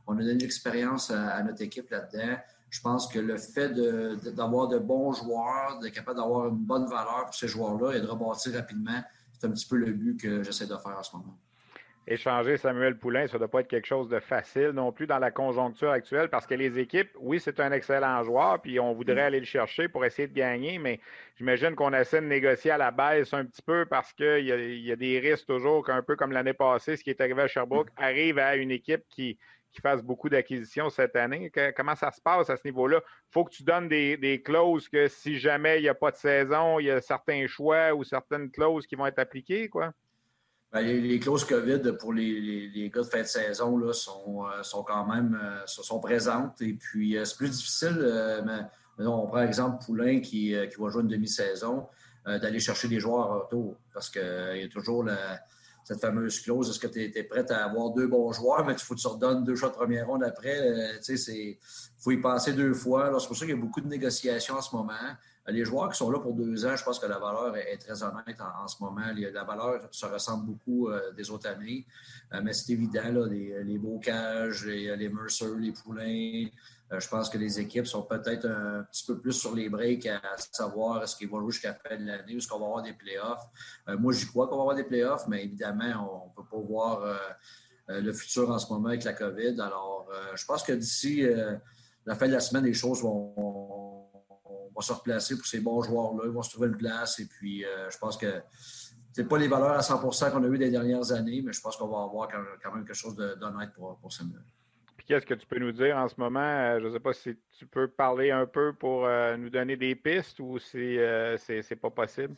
On a donné de l'expérience à notre équipe là-dedans. Je pense que le fait d'avoir de bons joueurs, d'être capable d'avoir une bonne valeur pour ces joueurs-là et de rebâtir rapidement, c'est un petit peu le but que j'essaie de faire en ce moment. Échanger Samuel Poulin, ça ne doit pas être quelque chose de facile non plus dans la conjoncture actuelle parce que les équipes, oui, c'est un excellent joueur, puis on voudrait aller le chercher pour essayer de gagner, mais j'imagine qu'on essaie de négocier à la baisse un petit peu parce qu'il y a des risques toujours qu'un peu comme l'année passée, ce qui est arrivé à Sherbrooke, arrive à une équipe qui fasse beaucoup d'acquisitions cette année. Comment ça se passe à ce niveau-là? Il faut que tu donnes des clauses que si jamais il n'y a pas de saison, il y a certains choix ou certaines clauses qui vont être appliquées, quoi? Ben, les clauses COVID pour les gars de fin de saison là, sont quand même sont présentes. Et puis, c'est plus difficile. Mais on prend exemple Poulain qui va jouer une demi-saison, d'aller chercher des joueurs autour. Parce qu'il y a toujours cette fameuse clause. Est-ce que tu es prêt à avoir 2 bons joueurs, mais il faut que tu redonnes 2 choix de première ronde après? Il faut y penser 2 fois. Alors, c'est pour ça qu'il y a beaucoup de négociations en ce moment. Les joueurs qui sont là pour 2 ans, je pense que la valeur est très honnête en ce moment. La valeur se ressemble beaucoup des autres années. Mais c'est évident, là, les Bocage, les Mercer, les Poulains. Je pense que les équipes sont peut-être un petit peu plus sur les breaks à savoir est-ce qu'ils vont jouer jusqu'à la fin de l'année ou est-ce qu'on va avoir des playoffs. Moi, j'y crois qu'on va avoir des playoffs, mais évidemment, on ne peut pas voir le futur en ce moment avec la COVID. Alors, je pense que d'ici la fin de la semaine, les choses vont se replacer pour ces bons joueurs-là. Ils vont se trouver une place. Et puis, je pense que c'est pas les valeurs à 100% qu'on a eues des dernières années, mais je pense qu'on va avoir quand même quelque chose d'honnête pour Samuel. Puis qu'est-ce que tu peux nous dire en ce moment? Je ne sais pas si tu peux parler un peu pour nous donner des pistes ou si c'est pas possible.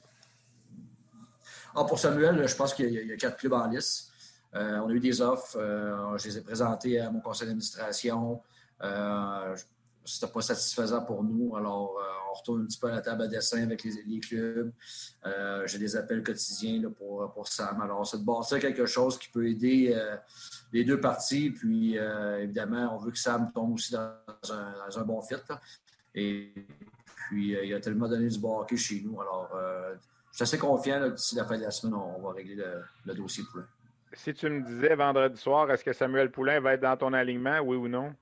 Pour Samuel, je pense qu'il y a 4 clubs en liste. On a eu des offres. Je les ai présentés à mon conseil d'administration. C'était pas satisfaisant pour nous. Alors, on retourne un petit peu à la table à dessin avec les clubs. J'ai des appels quotidiens là, pour Sam. Alors, c'est de bâtir quelque chose qui peut aider les 2 parties. Puis, évidemment, on veut que Sam tombe aussi dans un bon fit. Là. Et puis, il a tellement donné du bon hockey chez nous. Alors, je suis assez confiant là, d'ici la fin de la semaine, on va régler le dossier Poulin. Si tu me disais vendredi soir, est-ce que Samuel Poulin va être dans ton alignement, oui ou non?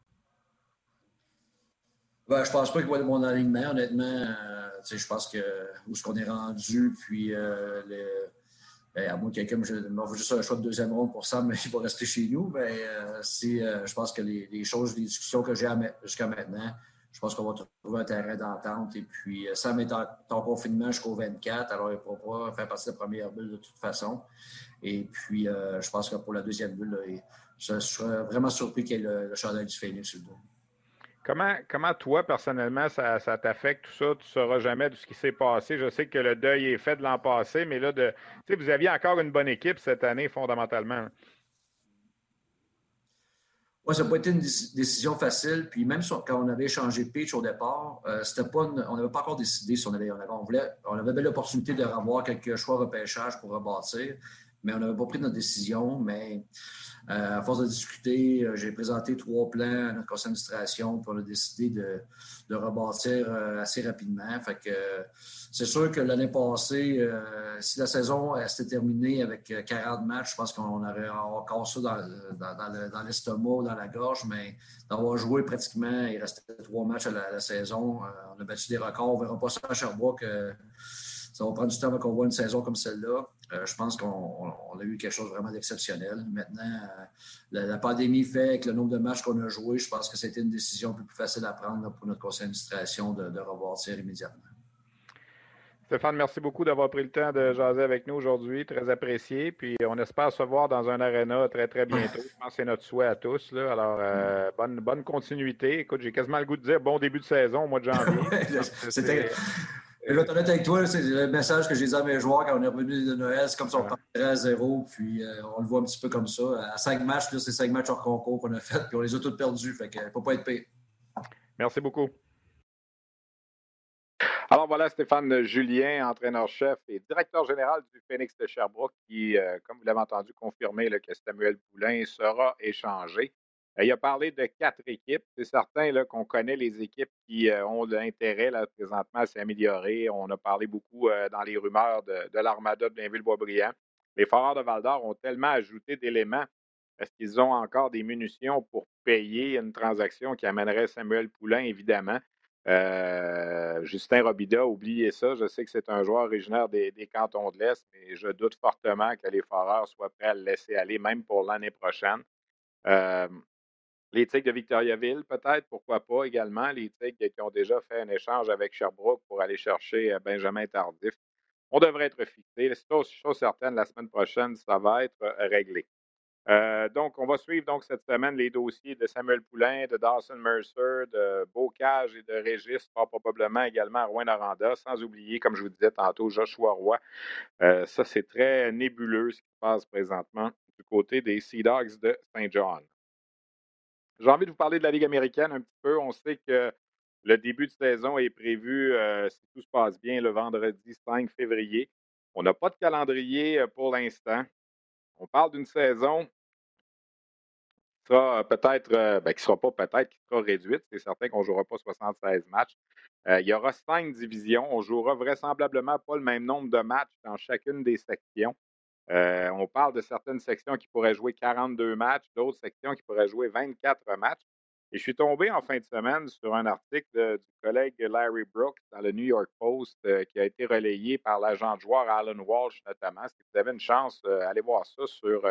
Ben, je pense pas qu'il va être mon alignement, honnêtement. Je pense que où est-ce qu'on est rendu, puis à moins que quelqu'un me juste un choix de 2e ronde pour ça, mais il va rester chez nous. Mais je pense que les choses, les discussions que j'ai jusqu'à maintenant, je pense qu'on va trouver un terrain d'entente. Et puis, Sam est en confinement jusqu'au 24, alors il ne pourra pas faire partie de la première bulle de toute façon. Et puis, je pense que pour la 2e bulle, là, je serais vraiment surpris qu'il y ait le chandail du Phoenix sur le dos. Comment toi, personnellement, ça t'affecte tout ça? Tu ne sauras jamais de ce qui s'est passé. Je sais que le deuil est fait de l'an passé, mais là, vous aviez encore une bonne équipe cette année, fondamentalement. Oui, ça n'a pas été une décision facile. Puis même quand on avait échangé Peach au départ, on n'avait pas encore décidé si on avait belle l'opportunité de revoir quelques choix repêchage pour rebâtir, mais on n'avait pas pris notre décision. Mais à force de discuter, j'ai présenté 3 plans à notre conseil d'administration, puis on a décidé de rebâtir assez rapidement. Fait que c'est sûr que l'année passée, si la saison s'était terminée avec 40 matchs, je pense qu'on aurait encore ça dans l'estomac, dans la gorge, mais d'avoir joué pratiquement, il restait 3 matchs à la saison. On a battu des records. On ne verra pas ça à Sherbrooke. Ça va prendre du temps avant qu'on voit une saison comme celle-là. Je pense qu'on a eu quelque chose vraiment d'exceptionnel. Maintenant, la pandémie fait que le nombre de matchs qu'on a joués, je pense que c'était une décision un peu plus facile à prendre là, pour notre conseil d'administration de rebâtir immédiatement. Stéphane, merci beaucoup d'avoir pris le temps de jaser avec nous aujourd'hui. Très apprécié. Puis on espère se voir dans un aréna très, très bientôt. Je pense que c'est notre souhait à tous. Là. Alors, bonne continuité. Écoute, j'ai quasiment le goût de dire bon début de saison au mois de janvier. Je vais être honnête avec toi, c'est le message que j'ai dit à mes joueurs quand on est revenu de Noël. C'est comme si on partirait à 0, puis on le voit un petit peu comme ça. À 5 matchs, là, c'est 5 matchs hors concours qu'on a fait, puis on les a tous perdus. Fait qu'il ne faut pas être pire. Merci beaucoup. Alors voilà Stéphane Julien, entraîneur-chef et directeur général du Phoenix de Sherbrooke, qui, comme vous l'avez entendu, confirmé là, que Samuel Poulin sera échangé. Il a parlé de 4 équipes. C'est certain là, qu'on connaît les équipes qui ont de l'intérêt là, présentement à s'améliorer. On a parlé beaucoup dans les rumeurs de l'Armada de Blainville-Boisbriand. Les Foreurs de Val-d'Or ont tellement ajouté d'éléments Est-ce qu'ils ont encore des munitions pour payer une transaction qui amènerait Samuel Poulain, évidemment? Justin Robida, oubliez ça. Je sais que c'est un joueur originaire des cantons de l'Est, mais je doute fortement que les Foreurs soient prêts à le laisser aller, même pour l'année prochaine. Euh, les Tigres de Victoriaville, peut-être, pourquoi pas également. Les Tigres qui ont déjà fait un échange avec Sherbrooke pour aller chercher Benjamin Tardif. On devrait être fixé. C'est chose certaine, la semaine prochaine, ça va être réglé. Donc, on va suivre donc cette semaine les dossiers de Samuel Poulain, de Dawson Mercer, de Bocage et de Régis, fort probablement également Rouen Aranda, sans oublier, comme je vous disais tantôt, Joshua Roy. Ça, c'est très nébuleux ce qui se passe présentement du côté des Sea Dogs de Saint John. J'ai envie de vous parler de la Ligue américaine un petit peu. On sait que le début de saison est prévu, si tout se passe bien, le vendredi 5 février. On n'a pas de calendrier pour l'instant. On parle d'une saison qui sera peut-être, qui sera pas peut-être, qui sera réduite. C'est certain qu'on ne jouera pas 76 matchs. Il y aura 5 divisions. On jouera vraisemblablement pas le même nombre de matchs dans chacune des sections. On parle de certaines sections qui pourraient jouer 42 matchs, d'autres sections qui pourraient jouer 24 matchs. Et je suis tombé en fin de semaine sur un article du collègue Larry Brooks dans le New York Post qui a été relayé par l'agent de joueur Alan Walsh notamment. Si vous avez une chance, allez voir ça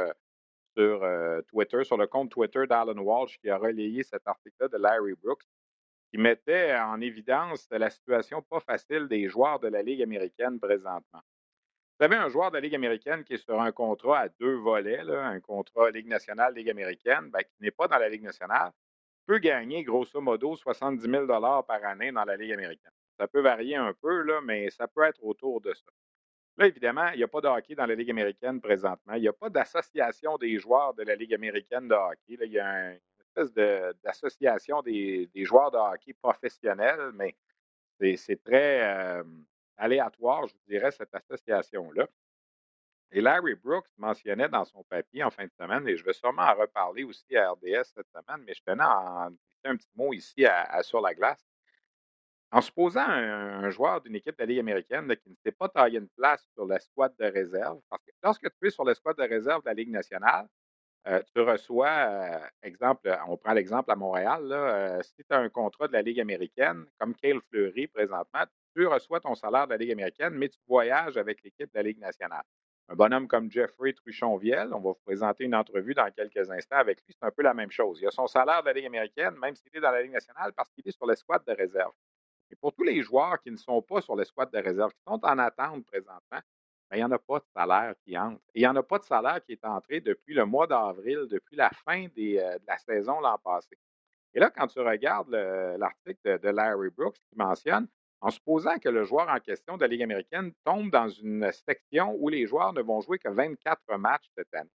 sur Twitter, sur le compte Twitter d'Alan Walsh qui a relayé cet article-là de Larry Brooks qui mettait en évidence la situation pas facile des joueurs de la Ligue américaine présentement. Vous avez un joueur de la Ligue américaine qui est sur un contrat à 2 volets, là, un contrat Ligue nationale, Ligue américaine, qui n'est pas dans la Ligue nationale, peut gagner grosso modo 70 000 par année dans la Ligue américaine. Ça peut varier un peu, là, mais ça peut être autour de ça. Là, évidemment, il n'y a pas de hockey dans la Ligue américaine présentement. Il n'y a pas d'association des joueurs de la Ligue américaine de hockey. Là, il y a une espèce d'association des joueurs de hockey professionnels, mais c'est très aléatoire, je vous dirais, cette association-là. Et Larry Brooks mentionnait dans son papier en fin de semaine, et je vais sûrement en reparler aussi à RDS cette semaine, mais je tenais à en dire un petit mot ici sur la glace. En supposant un joueur d'une équipe de la Ligue américaine qui ne s'est pas taillé une place sur la squad de réserve, parce que lorsque tu es sur la squad de réserve de la Ligue nationale, tu reçois, exemple, on prend l'exemple à Montréal, là, si tu as un contrat de la Ligue américaine, comme Cale Fleury présentement, tu reçois ton salaire de la Ligue américaine, mais tu voyages avec l'équipe de la Ligue nationale. Un bonhomme comme Jeffrey Truchonviel, on va vous présenter une entrevue dans quelques instants avec lui, c'est un peu la même chose. Il a son salaire de la Ligue américaine, même s'il est dans la Ligue nationale, parce qu'il est sur l'escouade de réserve. Et pour tous les joueurs qui ne sont pas sur l'escouade de réserve, qui sont en attente présentement, il n'y en a pas de salaire qui entre. Et il n'y en a pas de salaire qui est entré depuis le mois d'avril, depuis la fin de la saison l'an passé. Et là, quand tu regardes l'article de Larry Brooks qui mentionne, en supposant que le joueur en question de la Ligue américaine tombe dans une section où les joueurs ne vont jouer que 24 matchs cette année.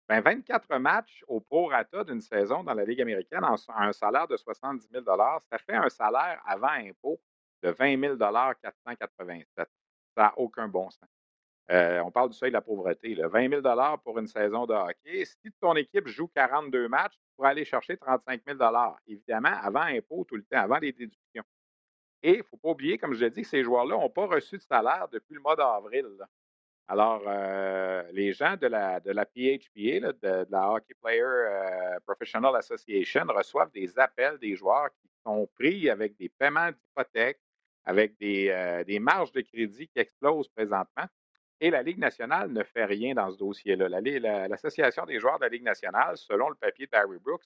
24 matchs au prorata d'une saison dans la Ligue américaine à un salaire de 70 000 ça fait un salaire avant impôt de 20 487. Ça n'a aucun bon sens. On parle du seuil de la pauvreté. Là. 20 000 pour une saison de hockey. Si ton équipe joue 42 matchs, tu pourras aller chercher 35 000 évidemment, avant impôt tout le temps, avant les déductions. Et il ne faut pas oublier, comme je l'ai dit, que ces joueurs-là n'ont pas reçu de salaire depuis le mois d'avril. Alors, les gens de la PHPA, là, de la Hockey Player Professional Association, reçoivent des appels des joueurs qui sont pris avec des paiements d'hypothèques, avec des marges de crédit qui explosent présentement. Et la Ligue nationale ne fait rien dans ce dossier-là. L'Association des joueurs de la Ligue nationale, selon le papier de Larry Brooks,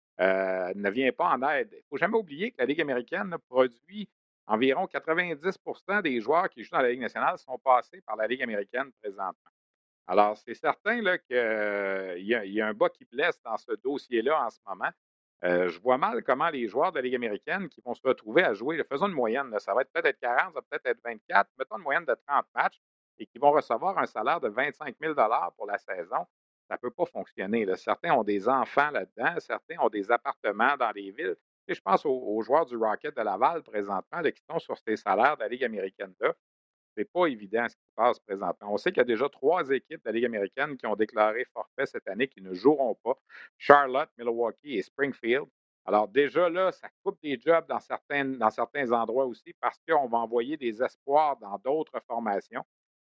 ne vient pas en aide. Il ne faut jamais oublier que la Ligue américaine produit environ 90 des joueurs qui jouent dans la Ligue nationale sont passés par la Ligue américaine présentement. Alors, c'est certain qu'il y a un bas qui blesse dans ce dossier-là en ce moment. Je vois mal comment les joueurs de la Ligue américaine qui vont se retrouver à jouer, faisons une moyenne, là, ça va peut-être être 40, ça va peut-être être 24, mettons une moyenne de 30 matchs et qui vont recevoir un salaire de 25 000 pour la saison. Ça ne peut pas fonctionner. Là. Certains ont des enfants là-dedans, certains ont des appartements dans les villes. Et je pense aux joueurs du Rocket de Laval présentement là, qui sont sur ces salaires de la Ligue américaine-là. C'est pas évident ce qui se passe présentement. On sait qu'il y a déjà 3 équipes de la Ligue américaine qui ont déclaré forfait cette année, qui ne joueront pas. Charlotte, Milwaukee et Springfield. Alors déjà là, ça coupe des jobs dans certains endroits aussi parce qu'on va envoyer des espoirs dans d'autres formations.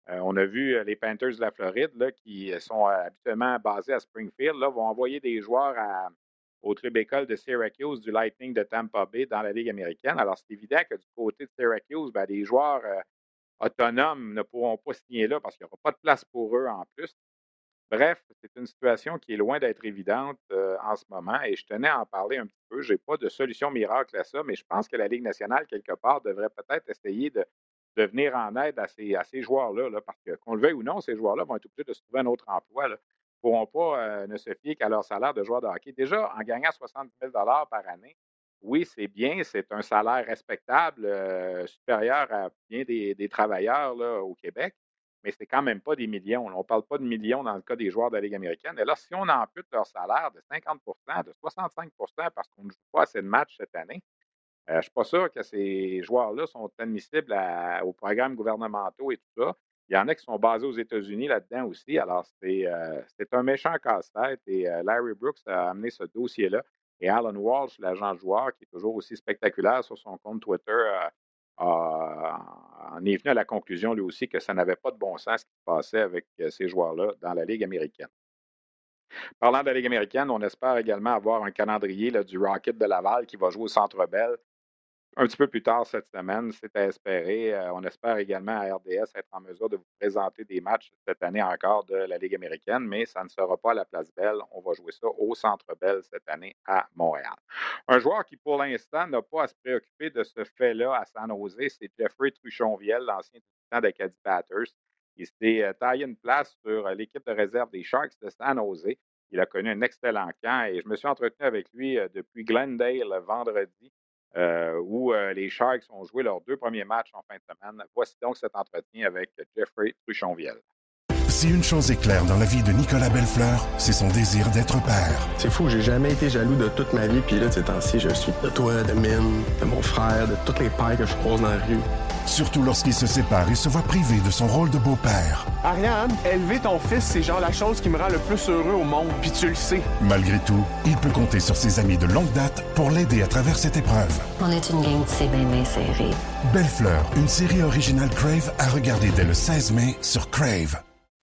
On a vu les Panthers de la Floride, là, qui sont habituellement basés à Springfield, là, vont envoyer des joueurs au club école de Syracuse du Lightning de Tampa Bay dans la Ligue américaine. Alors, c'est évident que du côté de Syracuse, ben, des joueurs autonomes ne pourront pas signer là parce qu'il n'y aura pas de place pour eux en plus. Bref, c'est une situation qui est loin d'être évidente en ce moment et je tenais à en parler un petit peu. Je n'ai pas de solution miracle à ça, mais je pense que la Ligue nationale, quelque part, devrait peut-être essayer de venir en aide à ces joueurs-là, là, parce que, qu'on le veuille ou non, ces joueurs-là vont être obligés de se trouver un autre emploi. Là. Ils ne pourront pas ne se fier qu'à leur salaire de joueur de hockey. Déjà, en gagnant 70 000 par année, oui, c'est bien, c'est un salaire respectable, supérieur à bien des travailleurs là, au Québec, mais c'est quand même pas des millions. On ne parle pas de millions dans le cas des joueurs de la Ligue américaine. Et là, si on ampute leur salaire de 50 de 65 parce qu'on ne joue pas assez de matchs cette année, je ne suis pas sûr que ces joueurs-là sont admissibles aux programmes gouvernementaux et tout ça. Il y en a qui sont basés aux États-Unis là-dedans aussi. Alors, c'est un méchant casse-tête et Larry Brooks a amené ce dossier-là. Et Alan Walsh, l'agent joueur, qui est toujours aussi spectaculaire sur son compte Twitter, en est venu à la conclusion lui aussi que ça n'avait pas de bon sens ce qui se passait avec ces joueurs-là dans la Ligue américaine. Parlant de la Ligue américaine, on espère également avoir un calendrier là, du Rocket de Laval qui va jouer au Centre Bell un petit peu plus tard cette semaine, c'est à espérer. On espère également à RDS être en mesure de vous présenter des matchs cette année encore de la Ligue américaine, mais ça ne sera pas à la Place Bell. On va jouer ça au Centre Bell cette année à Montréal. Un joueur qui, pour l'instant, n'a pas à se préoccuper de ce fait-là à San Jose, c'est Jeffrey Truchonvielle, l'ancien président d'Acadie Batters. Il s'est taillé une place sur l'équipe de réserve des Sharks de San Jose. Il a connu un excellent camp et je me suis entretenu avec lui depuis Glendale vendredi. Où les Sharks ont joué leurs 2 premiers matchs en fin de semaine. Voici donc cet entretien avec Jeffrey Truchonvielle. Si une chose est claire dans la vie de Nicolas Bellefleur, c'est son désir d'être père. C'est fou, j'ai jamais été jaloux de toute ma vie, puis là, ces temps-ci, je suis de toi, de Mine, de mon frère, de tous les pères que je croise dans la rue. Surtout lorsqu'il se sépare et se voit privé de son rôle de beau-père. Ariane, élever ton fils, c'est genre la chose qui me rend le plus heureux au monde, puis tu le sais. Malgré tout, il peut compter sur ses amis de longue date pour l'aider à travers cette épreuve. On est une gang de bien serrée. Bellefleur, une série originale Crave à regarder dès le 16 mai sur Crave.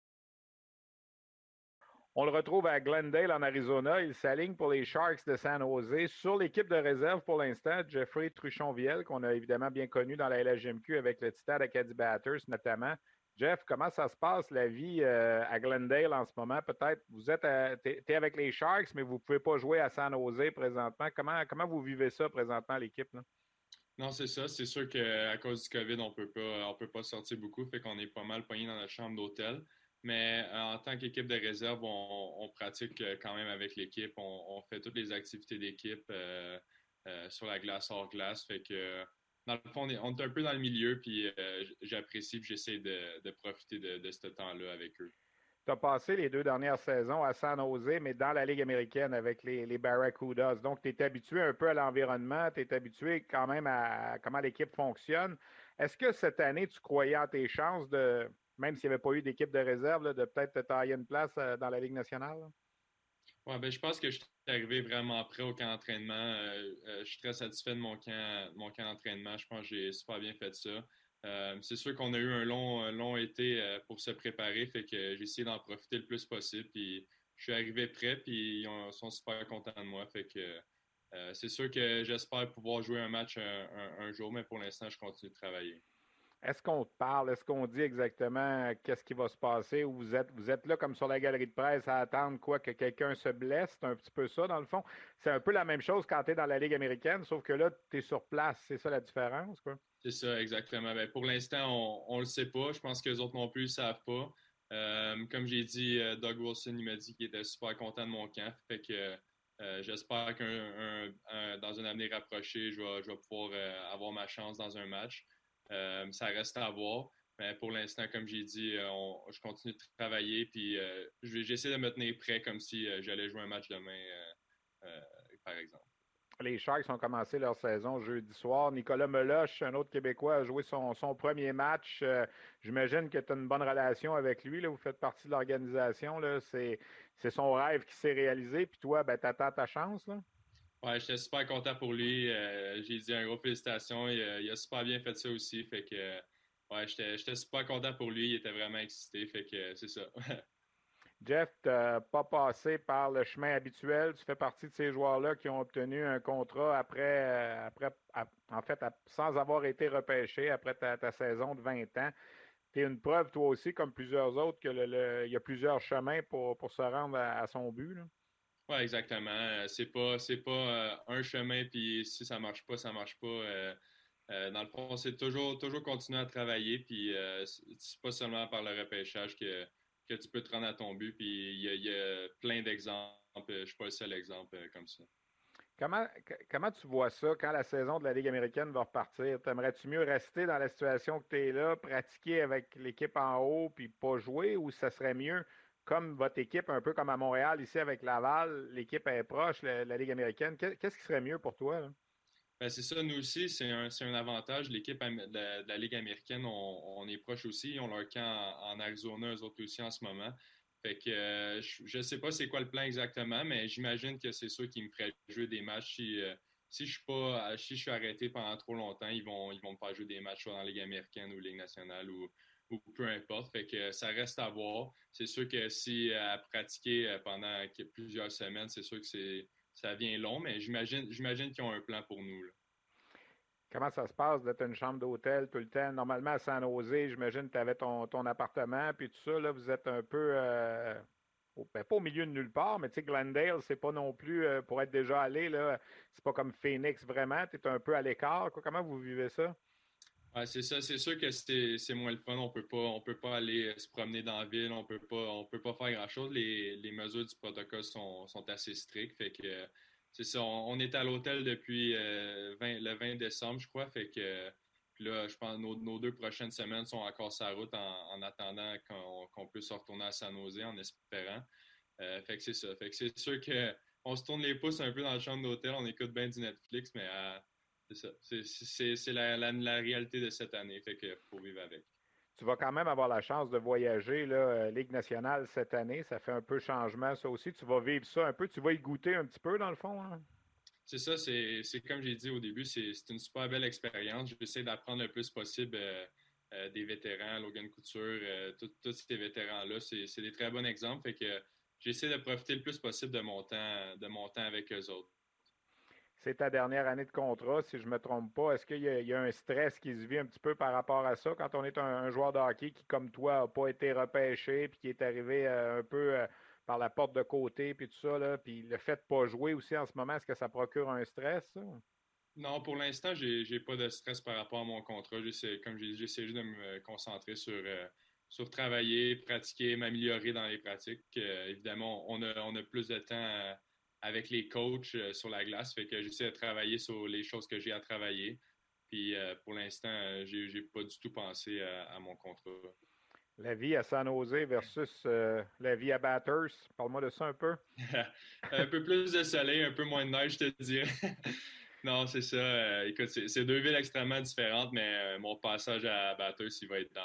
On le retrouve à Glendale, en Arizona. Il s'aligne pour les Sharks de San Jose. Sur l'équipe de réserve, pour l'instant, Jeffrey Truchonvielle, qu'on a évidemment bien connu dans la LHJMQ avec le Titan d'Acadie Batters notamment. Jeff, comment ça se passe, la vie à Glendale en ce moment? Peut-être, t'es avec les Sharks, mais vous ne pouvez pas jouer à San Jose présentement. Comment vous vivez ça présentement, l'équipe, là? Non, c'est ça. C'est sûr qu'à cause du COVID, on peut pas sortir beaucoup, fait qu'on est pas mal pogné dans notre chambre d'hôtel. Mais en tant qu'équipe de réserve, on pratique quand même avec l'équipe. On fait toutes les activités d'équipe sur la glace, hors glace. Fait que dans le fond, on est un peu dans le milieu, puis j'apprécie et j'essaie de profiter de ce temps-là avec eux. Tu as passé les 2 dernières saisons à San Jose, mais dans la Ligue américaine avec les Barracudas. Donc, tu es habitué un peu à l'environnement, tu es habitué quand même à comment l'équipe fonctionne. Est-ce que cette année, tu croyais en tes chances de, même s'il n'y avait pas eu d'équipe de réserve, là, de peut-être te tailler une place dans la Ligue nationale? Oui, ben, je pense que je suis arrivé vraiment prêt au camp d'entraînement. Je suis très satisfait de mon camp d'entraînement. Je pense que j'ai super bien fait ça. C'est sûr qu'on a eu un long été pour se préparer, fait que j'ai essayé d'en profiter le plus possible. Puis je suis arrivé prêt, puis ils sont super contents de moi. Fait que c'est sûr que j'espère pouvoir jouer un match un jour, mais pour l'instant, je continue de travailler. Est-ce qu'on te parle? Est-ce qu'on dit exactement qu'est-ce qui va se passer? Ou vous êtes là comme sur la galerie de presse à attendre quoi que quelqu'un se blesse? C'est un petit peu ça, dans le fond. C'est un peu la même chose quand tu es dans la Ligue américaine, sauf que là, tu es sur place. C'est ça la différence, quoi? C'est ça, exactement. Ben, pour l'instant, on le sait pas. Je pense que les autres non plus ne savent pas. Comme j'ai dit, Doug Wilson, il m'a dit qu'il était super content de mon camp. Fait que j'espère que dans un avenir rapproché, je vais pouvoir avoir ma chance dans un match. Ça reste à voir. Mais pour l'instant, comme j'ai dit, je continue de travailler. Puis j'essaie de me tenir prêt comme si j'allais jouer un match demain, par exemple. Les Sharks ont commencé leur saison jeudi soir. Nicolas Meloche, un autre Québécois, a joué son premier match. J'imagine que tu as une bonne relation avec lui. Là. Vous faites partie de l'organisation. Là. C'est son rêve qui s'est réalisé. Puis toi, ben, tu attends ta chance. Là. Ouais, j'étais super content pour lui. J'ai dit un gros félicitations. Il a super bien fait ça aussi. Fait que Ouais, j'étais super content pour lui. Il était vraiment excité. Fait que c'est ça. Jeff, tu n'as pas passé par le chemin habituel. Tu fais partie de ces joueurs-là qui ont obtenu un contrat sans avoir été repêché après ta saison de 20 ans. Tu es une preuve, toi aussi, comme plusieurs autres, qu'il y a plusieurs chemins pour se rendre à son but, là. Oui, exactement. C'est pas un chemin, puis si ça marche pas, ça marche pas. Dans le fond, c'est toujours continuer à travailler, puis c'est pas seulement par le repêchage que tu peux te rendre à ton but, puis il y a plein d'exemples. Je suis pas le seul exemple comme ça. Comment tu vois ça quand la saison de la Ligue américaine va repartir? T'aimerais-tu mieux rester dans la situation que tu es là, pratiquer avec l'équipe en haut puis pas jouer, ou ça serait mieux comme votre équipe, un peu comme à Montréal, ici avec Laval, l'équipe est proche, la Ligue américaine. Qu'est-ce qui serait mieux pour toi, là? Ben, c'est ça, nous aussi, c'est un avantage. L'équipe de la Ligue américaine, on est proche aussi. Ils ont leur camp en Arizona, eux autres aussi en ce moment. Fait que je ne sais pas c'est quoi le plan exactement, mais j'imagine que c'est sûr qu'ils me feraient jouer des matchs si je suis arrêté pendant trop longtemps, ils vont me faire jouer des matchs soit dans la Ligue américaine ou Ligue nationale ou peu importe. Fait que ça reste à voir. C'est sûr que si à pratiquer pendant plusieurs semaines, c'est sûr que ça vient long, mais j'imagine qu'ils ont un plan pour nous, là. Comment ça se passe d'être une chambre d'hôtel tout le temps? Normalement, à San Jose, j'imagine que tu avais ton appartement, puis tout ça, là, vous êtes un peu, pas au milieu de nulle part, mais tu sais, Glendale, c'est pas non plus, pour être déjà allé, là, c'est pas comme Phoenix vraiment, tu es un peu à l'écart, quoi. Comment vous vivez ça? Ouais, c'est ça, c'est sûr que c'est moins le fun. On peut pas aller se promener dans la ville, on peut pas faire grand-chose. Les mesures du protocole sont assez strictes. Fait que c'est ça, on est à l'hôtel depuis le 20 décembre, je crois. Fait que puis là, je pense que nos 2 prochaines semaines sont encore sur la route en attendant qu'on puisse retourner à San Jose en espérant. Fait que c'est ça. Fait que c'est sûr qu'on se tourne les pouces un peu dans la chambre d'hôtel, on écoute bien du Netflix, mais c'est ça. C'est la réalité de cette année. Fait qu'il faut vivre avec. Tu vas quand même avoir la chance de voyager, là, Ligue nationale cette année. Ça fait un peu changement, ça aussi. Tu vas vivre ça un peu. Tu vas y goûter un petit peu, dans le fond, hein? C'est ça, c'est comme j'ai dit au début, c'est une super belle expérience. J'essaie d'apprendre le plus possible des vétérans, Logan Couture, tous ces vétérans-là. C'est des très bons exemples. Fait que j'essaie de profiter le plus possible de mon temps avec eux autres. C'est ta dernière année de contrat, si je ne me trompe pas. Est-ce qu'il y a un stress qui se vit un petit peu par rapport à ça quand on est un joueur de hockey qui, comme toi, n'a pas été repêché puis qui est arrivé un peu par la porte de côté puis tout ça, là, puis le fait de ne pas jouer aussi en ce moment, est-ce que ça procure un stress, ça? Non, pour l'instant, j'ai pas de stress par rapport à mon contrat. Comme j'ai dit, j'essaie juste de me concentrer sur travailler, pratiquer, m'améliorer dans les pratiques. Évidemment, on a plus de temps avec les coachs sur la glace, fait que j'essaie de travailler sur les choses que j'ai à travailler. Puis pour l'instant, j'ai pas du tout pensé à mon contrat. La vie à San Jose versus la vie à Bathurst. Parle-moi de ça un peu. Un peu plus de soleil, un peu moins de neige, je te dirais. Non, c'est ça. Écoute, c'est deux villes extrêmement différentes, mais mon passage à Bathurst, il va être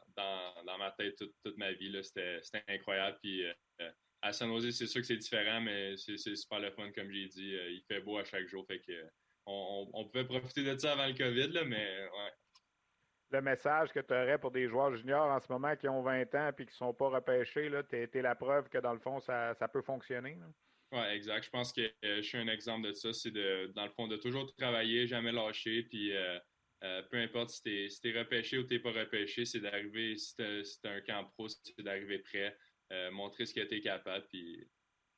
dans ma tête toute ma vie, là. C'était incroyable. Puis à San Jose, c'est sûr que c'est différent, mais c'est super le fun, comme j'ai dit. Il fait beau à chaque jour, fait que on pouvait profiter de ça avant le COVID, là, mais ouais. Le message que tu aurais pour des joueurs juniors en ce moment qui ont 20 ans et qui ne sont pas repêchés, tu es la preuve que dans le fond, ça peut fonctionner, là. Oui, exact. Je pense que je suis un exemple de ça. C'est dans le fond, de toujours travailler, jamais lâcher. Puis peu importe si t'es repêché ou t'es pas repêché, c'est d'arriver, si t'as un camp pro, c'est d'arriver prêt, montrer ce que t'es capable, puis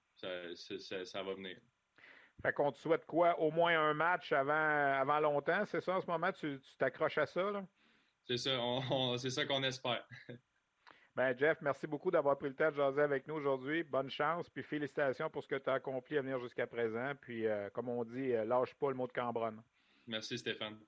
ça va venir. Fait qu'on te souhaite quoi? Au moins un match avant longtemps, c'est ça en ce moment? Tu t'accroches à ça, là? C'est ça, c'est ça qu'on espère. Ben Jeff, merci beaucoup d'avoir pris le temps de jaser avec nous aujourd'hui. Bonne chance, puis félicitations pour ce que tu as accompli à venir jusqu'à présent. Puis, comme on dit, lâche pas le mot de Cambronne. Merci, Stéphane.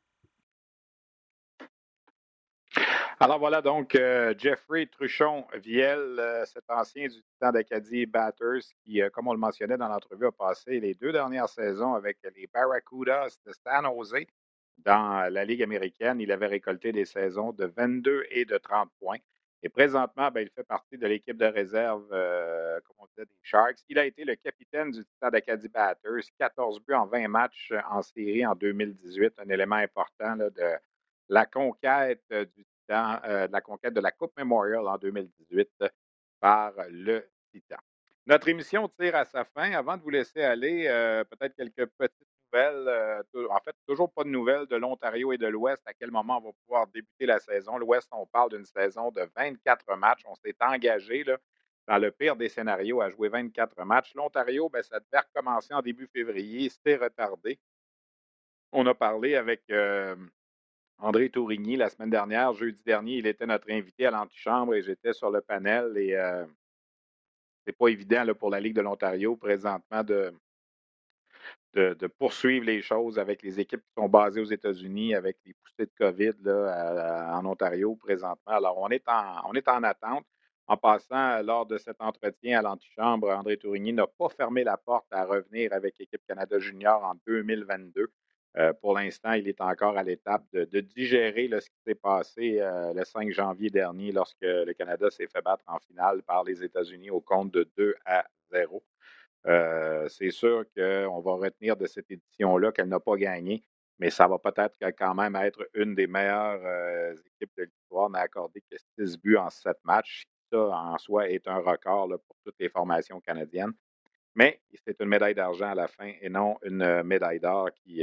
Alors voilà donc Jeffrey Truchon-Viel, cet ancien du Titan d'Acadie Batters qui, comme on le mentionnait dans l'entrevue, a passé les 2 dernières saisons avec les Barracudas de San Jose dans la Ligue américaine. Il avait récolté des saisons de 22 et de 30 points. Et présentement, il fait partie de l'équipe de réserve, comme on disait, des Sharks. Il a été le capitaine du Titan d'Acadie Batters, 14 buts en 20 matchs en série en 2018, un élément important là, de la conquête du Titan, de la conquête de la Coupe Memorial en 2018 par le Titan. Notre émission tire à sa fin. Avant de vous laisser aller, peut-être quelques petites nouvelles. En fait, toujours pas de nouvelles de l'Ontario et de l'Ouest. À quel moment on va pouvoir débuter la saison? L'Ouest, on parle d'une saison de 24 matchs. On s'est engagé là, dans le pire des scénarios à jouer 24 matchs. L'Ontario, ben, ça devait recommencer en début février. C'était retardé. On a parlé avec André Tourigny la semaine dernière. Jeudi dernier, il était notre invité à l'antichambre et j'étais sur le panel. Et c'est pas évident là, pour la Ligue de l'Ontario présentement de poursuivre les choses avec les équipes qui sont basées aux États-Unis, avec les poussées de COVID là, en Ontario présentement. Alors, on est en attente. En passant, lors de cet entretien à l'antichambre, André Tourigny n'a pas fermé la porte à revenir avec l'équipe Canada Junior en 2022. Pour l'instant, il est encore à l'étape de digérer là, ce qui s'est passé le 5 janvier dernier lorsque le Canada s'est fait battre en finale par les États-Unis au compte de 2-0. C'est sûr qu'on va retenir de cette édition-là qu'elle n'a pas gagné, mais ça va peut-être quand même être une des meilleures équipes de l'histoire. On a accordé que 6 buts en 7 matchs. Ça, en soi, est un record là, pour toutes les formations canadiennes. Mais c'est une médaille d'argent à la fin et non une médaille d'or qui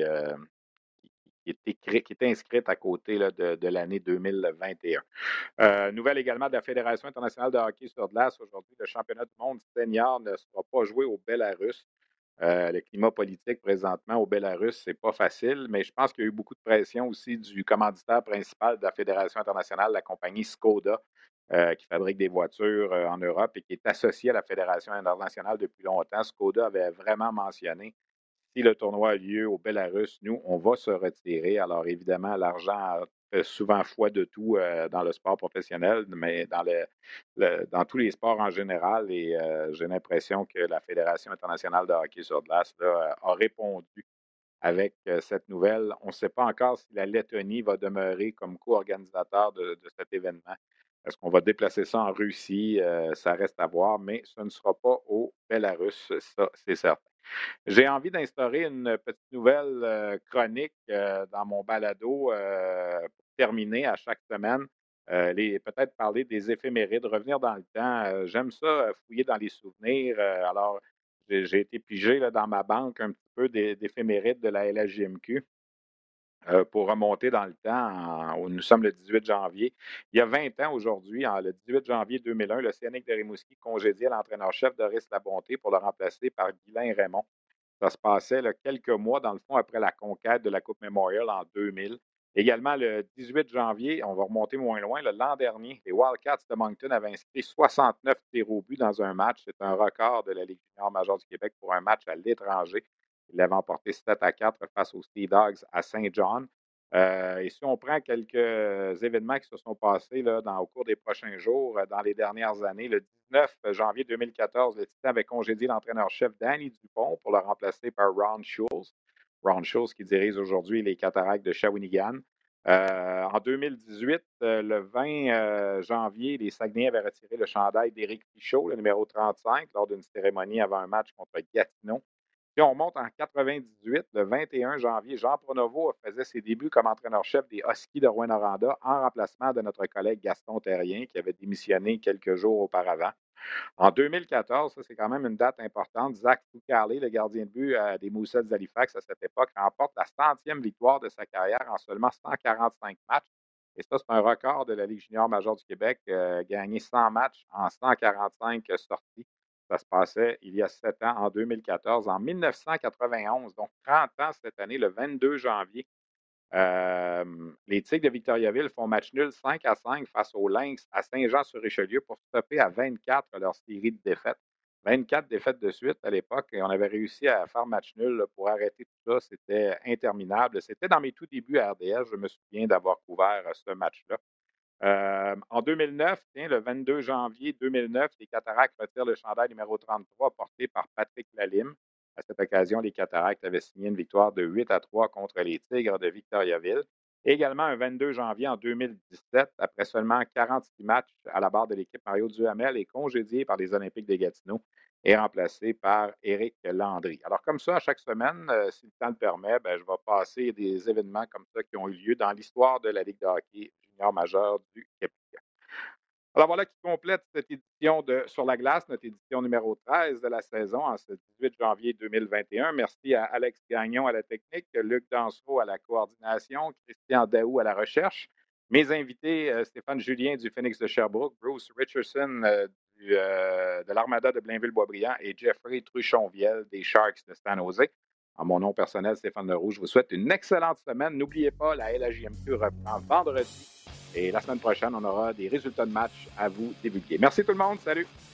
est inscrite à côté là, de l'année 2021. Nouvelle également de la Fédération internationale de hockey sur glace. Aujourd'hui, le championnat du monde senior ne sera pas joué au Bélarus. Le climat politique présentement au Bélarus, c'est pas facile, mais je pense qu'il y a eu beaucoup de pression aussi du commanditaire principal de la Fédération internationale, la compagnie Skoda, qui fabrique des voitures en Europe et qui est associée à la Fédération internationale depuis longtemps. Skoda avait vraiment mentionné si le tournoi a lieu au Bélarus, nous, on va se retirer. Alors, évidemment, l'argent fait souvent foi de tout dans le sport professionnel, mais dans tous les sports en général. Et j'ai l'impression que la Fédération internationale de hockey sur glace là, a répondu avec cette nouvelle. On ne sait pas encore si la Lettonie va demeurer comme co-organisateur de cet événement. Est-ce qu'on va déplacer ça en Russie? Ça reste à voir, mais ce ne sera pas au Bélarus, ça, c'est certain. J'ai envie d'instaurer une petite nouvelle chronique dans mon balado pour terminer à chaque semaine. Peut-être parler des éphémérides, revenir dans le temps. J'aime ça, fouiller dans les souvenirs. Alors, j'ai été pigé là, dans ma banque un petit peu d'éphémérides de la LHJMQ pour remonter dans le temps. Nous sommes le 18 janvier. Il y a 20 ans aujourd'hui, le 18 janvier 2001, le Scénic de Rimouski congédiait l'entraîneur-chef Doris Labonté pour le remplacer par Guylain Raymond. Ça se passait là, quelques mois, dans le fond, après la conquête de la Coupe Memorial en 2000. Également, le 18 janvier, on va remonter moins loin, l'an dernier, les Wildcats de Moncton avaient inscrit 69 tirs au but dans un match. C'est un record de la Ligue junior majeure du Québec pour un match à l'étranger. Ils l'avaient emporté 7-4 face aux Sea Dogs à Saint John. Et si on prend quelques événements qui se sont passés là, au cours des prochains jours, dans les dernières années, le 19 janvier 2014, le Titan avait congédié l'entraîneur-chef Danny Dupont pour le remplacer par Ron Schulz. Ron Schulz qui dirige aujourd'hui les Cataractes de Shawinigan. En 2018, le 20 janvier, les Saguenayens avaient retiré le chandail d'Éric Pichot, le numéro 35, lors d'une cérémonie avant un match contre Gatineau. Puis on remonte en 98, le 21 janvier, Jean Pronovo faisait ses débuts comme entraîneur-chef des Huskies de Rouyn-Noranda en remplacement de notre collègue Gaston Terrien qui avait démissionné quelques jours auparavant. En 2014, ça c'est quand même une date importante, Zach Foucalé, le gardien de but des Moussets d'Halifax à cette époque, remporte la 100e victoire de sa carrière en seulement 145 matchs. Et ça, c'est un record de la Ligue junior majeure du Québec, gagner 100 matchs en 145 sorties. Ça se passait il y a 7 ans, en 2014. En 1991, donc 30 ans cette année, le 22 janvier, les Tigres de Victoriaville font match nul 5-5 face aux Lynx à Saint-Jean-sur-Richelieu pour stopper à 24 leur série de défaites. 24 défaites de suite à l'époque et on avait réussi à faire match nul pour arrêter tout ça. C'était interminable. C'était dans mes tout débuts à RDS. Je me souviens d'avoir couvert ce match-là. En 2009, le 22 janvier 2009, les Cataractes retirent le chandail numéro 33 porté par Patrick Lalime. À cette occasion, les Cataractes avaient signé une victoire de 8-3 contre les Tigres de Victoriaville. Également, un 22 janvier en 2017, après seulement 46 matchs à la barre de l'équipe, Mario Duhamel est congédié par les Olympiques de Gatineau et remplacé par Éric Landry. Alors, comme ça, à chaque semaine, si le temps le permet, je vais passer des événements comme ça qui ont eu lieu dans l'histoire de la Ligue de hockey junior majeur du Québec. Alors voilà qui complète cette édition de Sur la glace, notre édition numéro 13 de la saison en ce 18 janvier 2021. Merci à Alex Gagnon à la technique, Luc Dansereau à la coordination, Christian Daou à la recherche. Mes invités, Stéphane Julien du Phoenix de Sherbrooke, Bruce Richardson de l'Armada de Blainville-Boisbriand et Jeffrey Truchonviel des Sharks de San Jose. En mon nom personnel, Stéphane Leroux, je vous souhaite une excellente semaine. N'oubliez pas, la LHJMQ reprend vendredi. Et la semaine prochaine, on aura des résultats de match à vous divulguer. Merci tout le monde. Salut!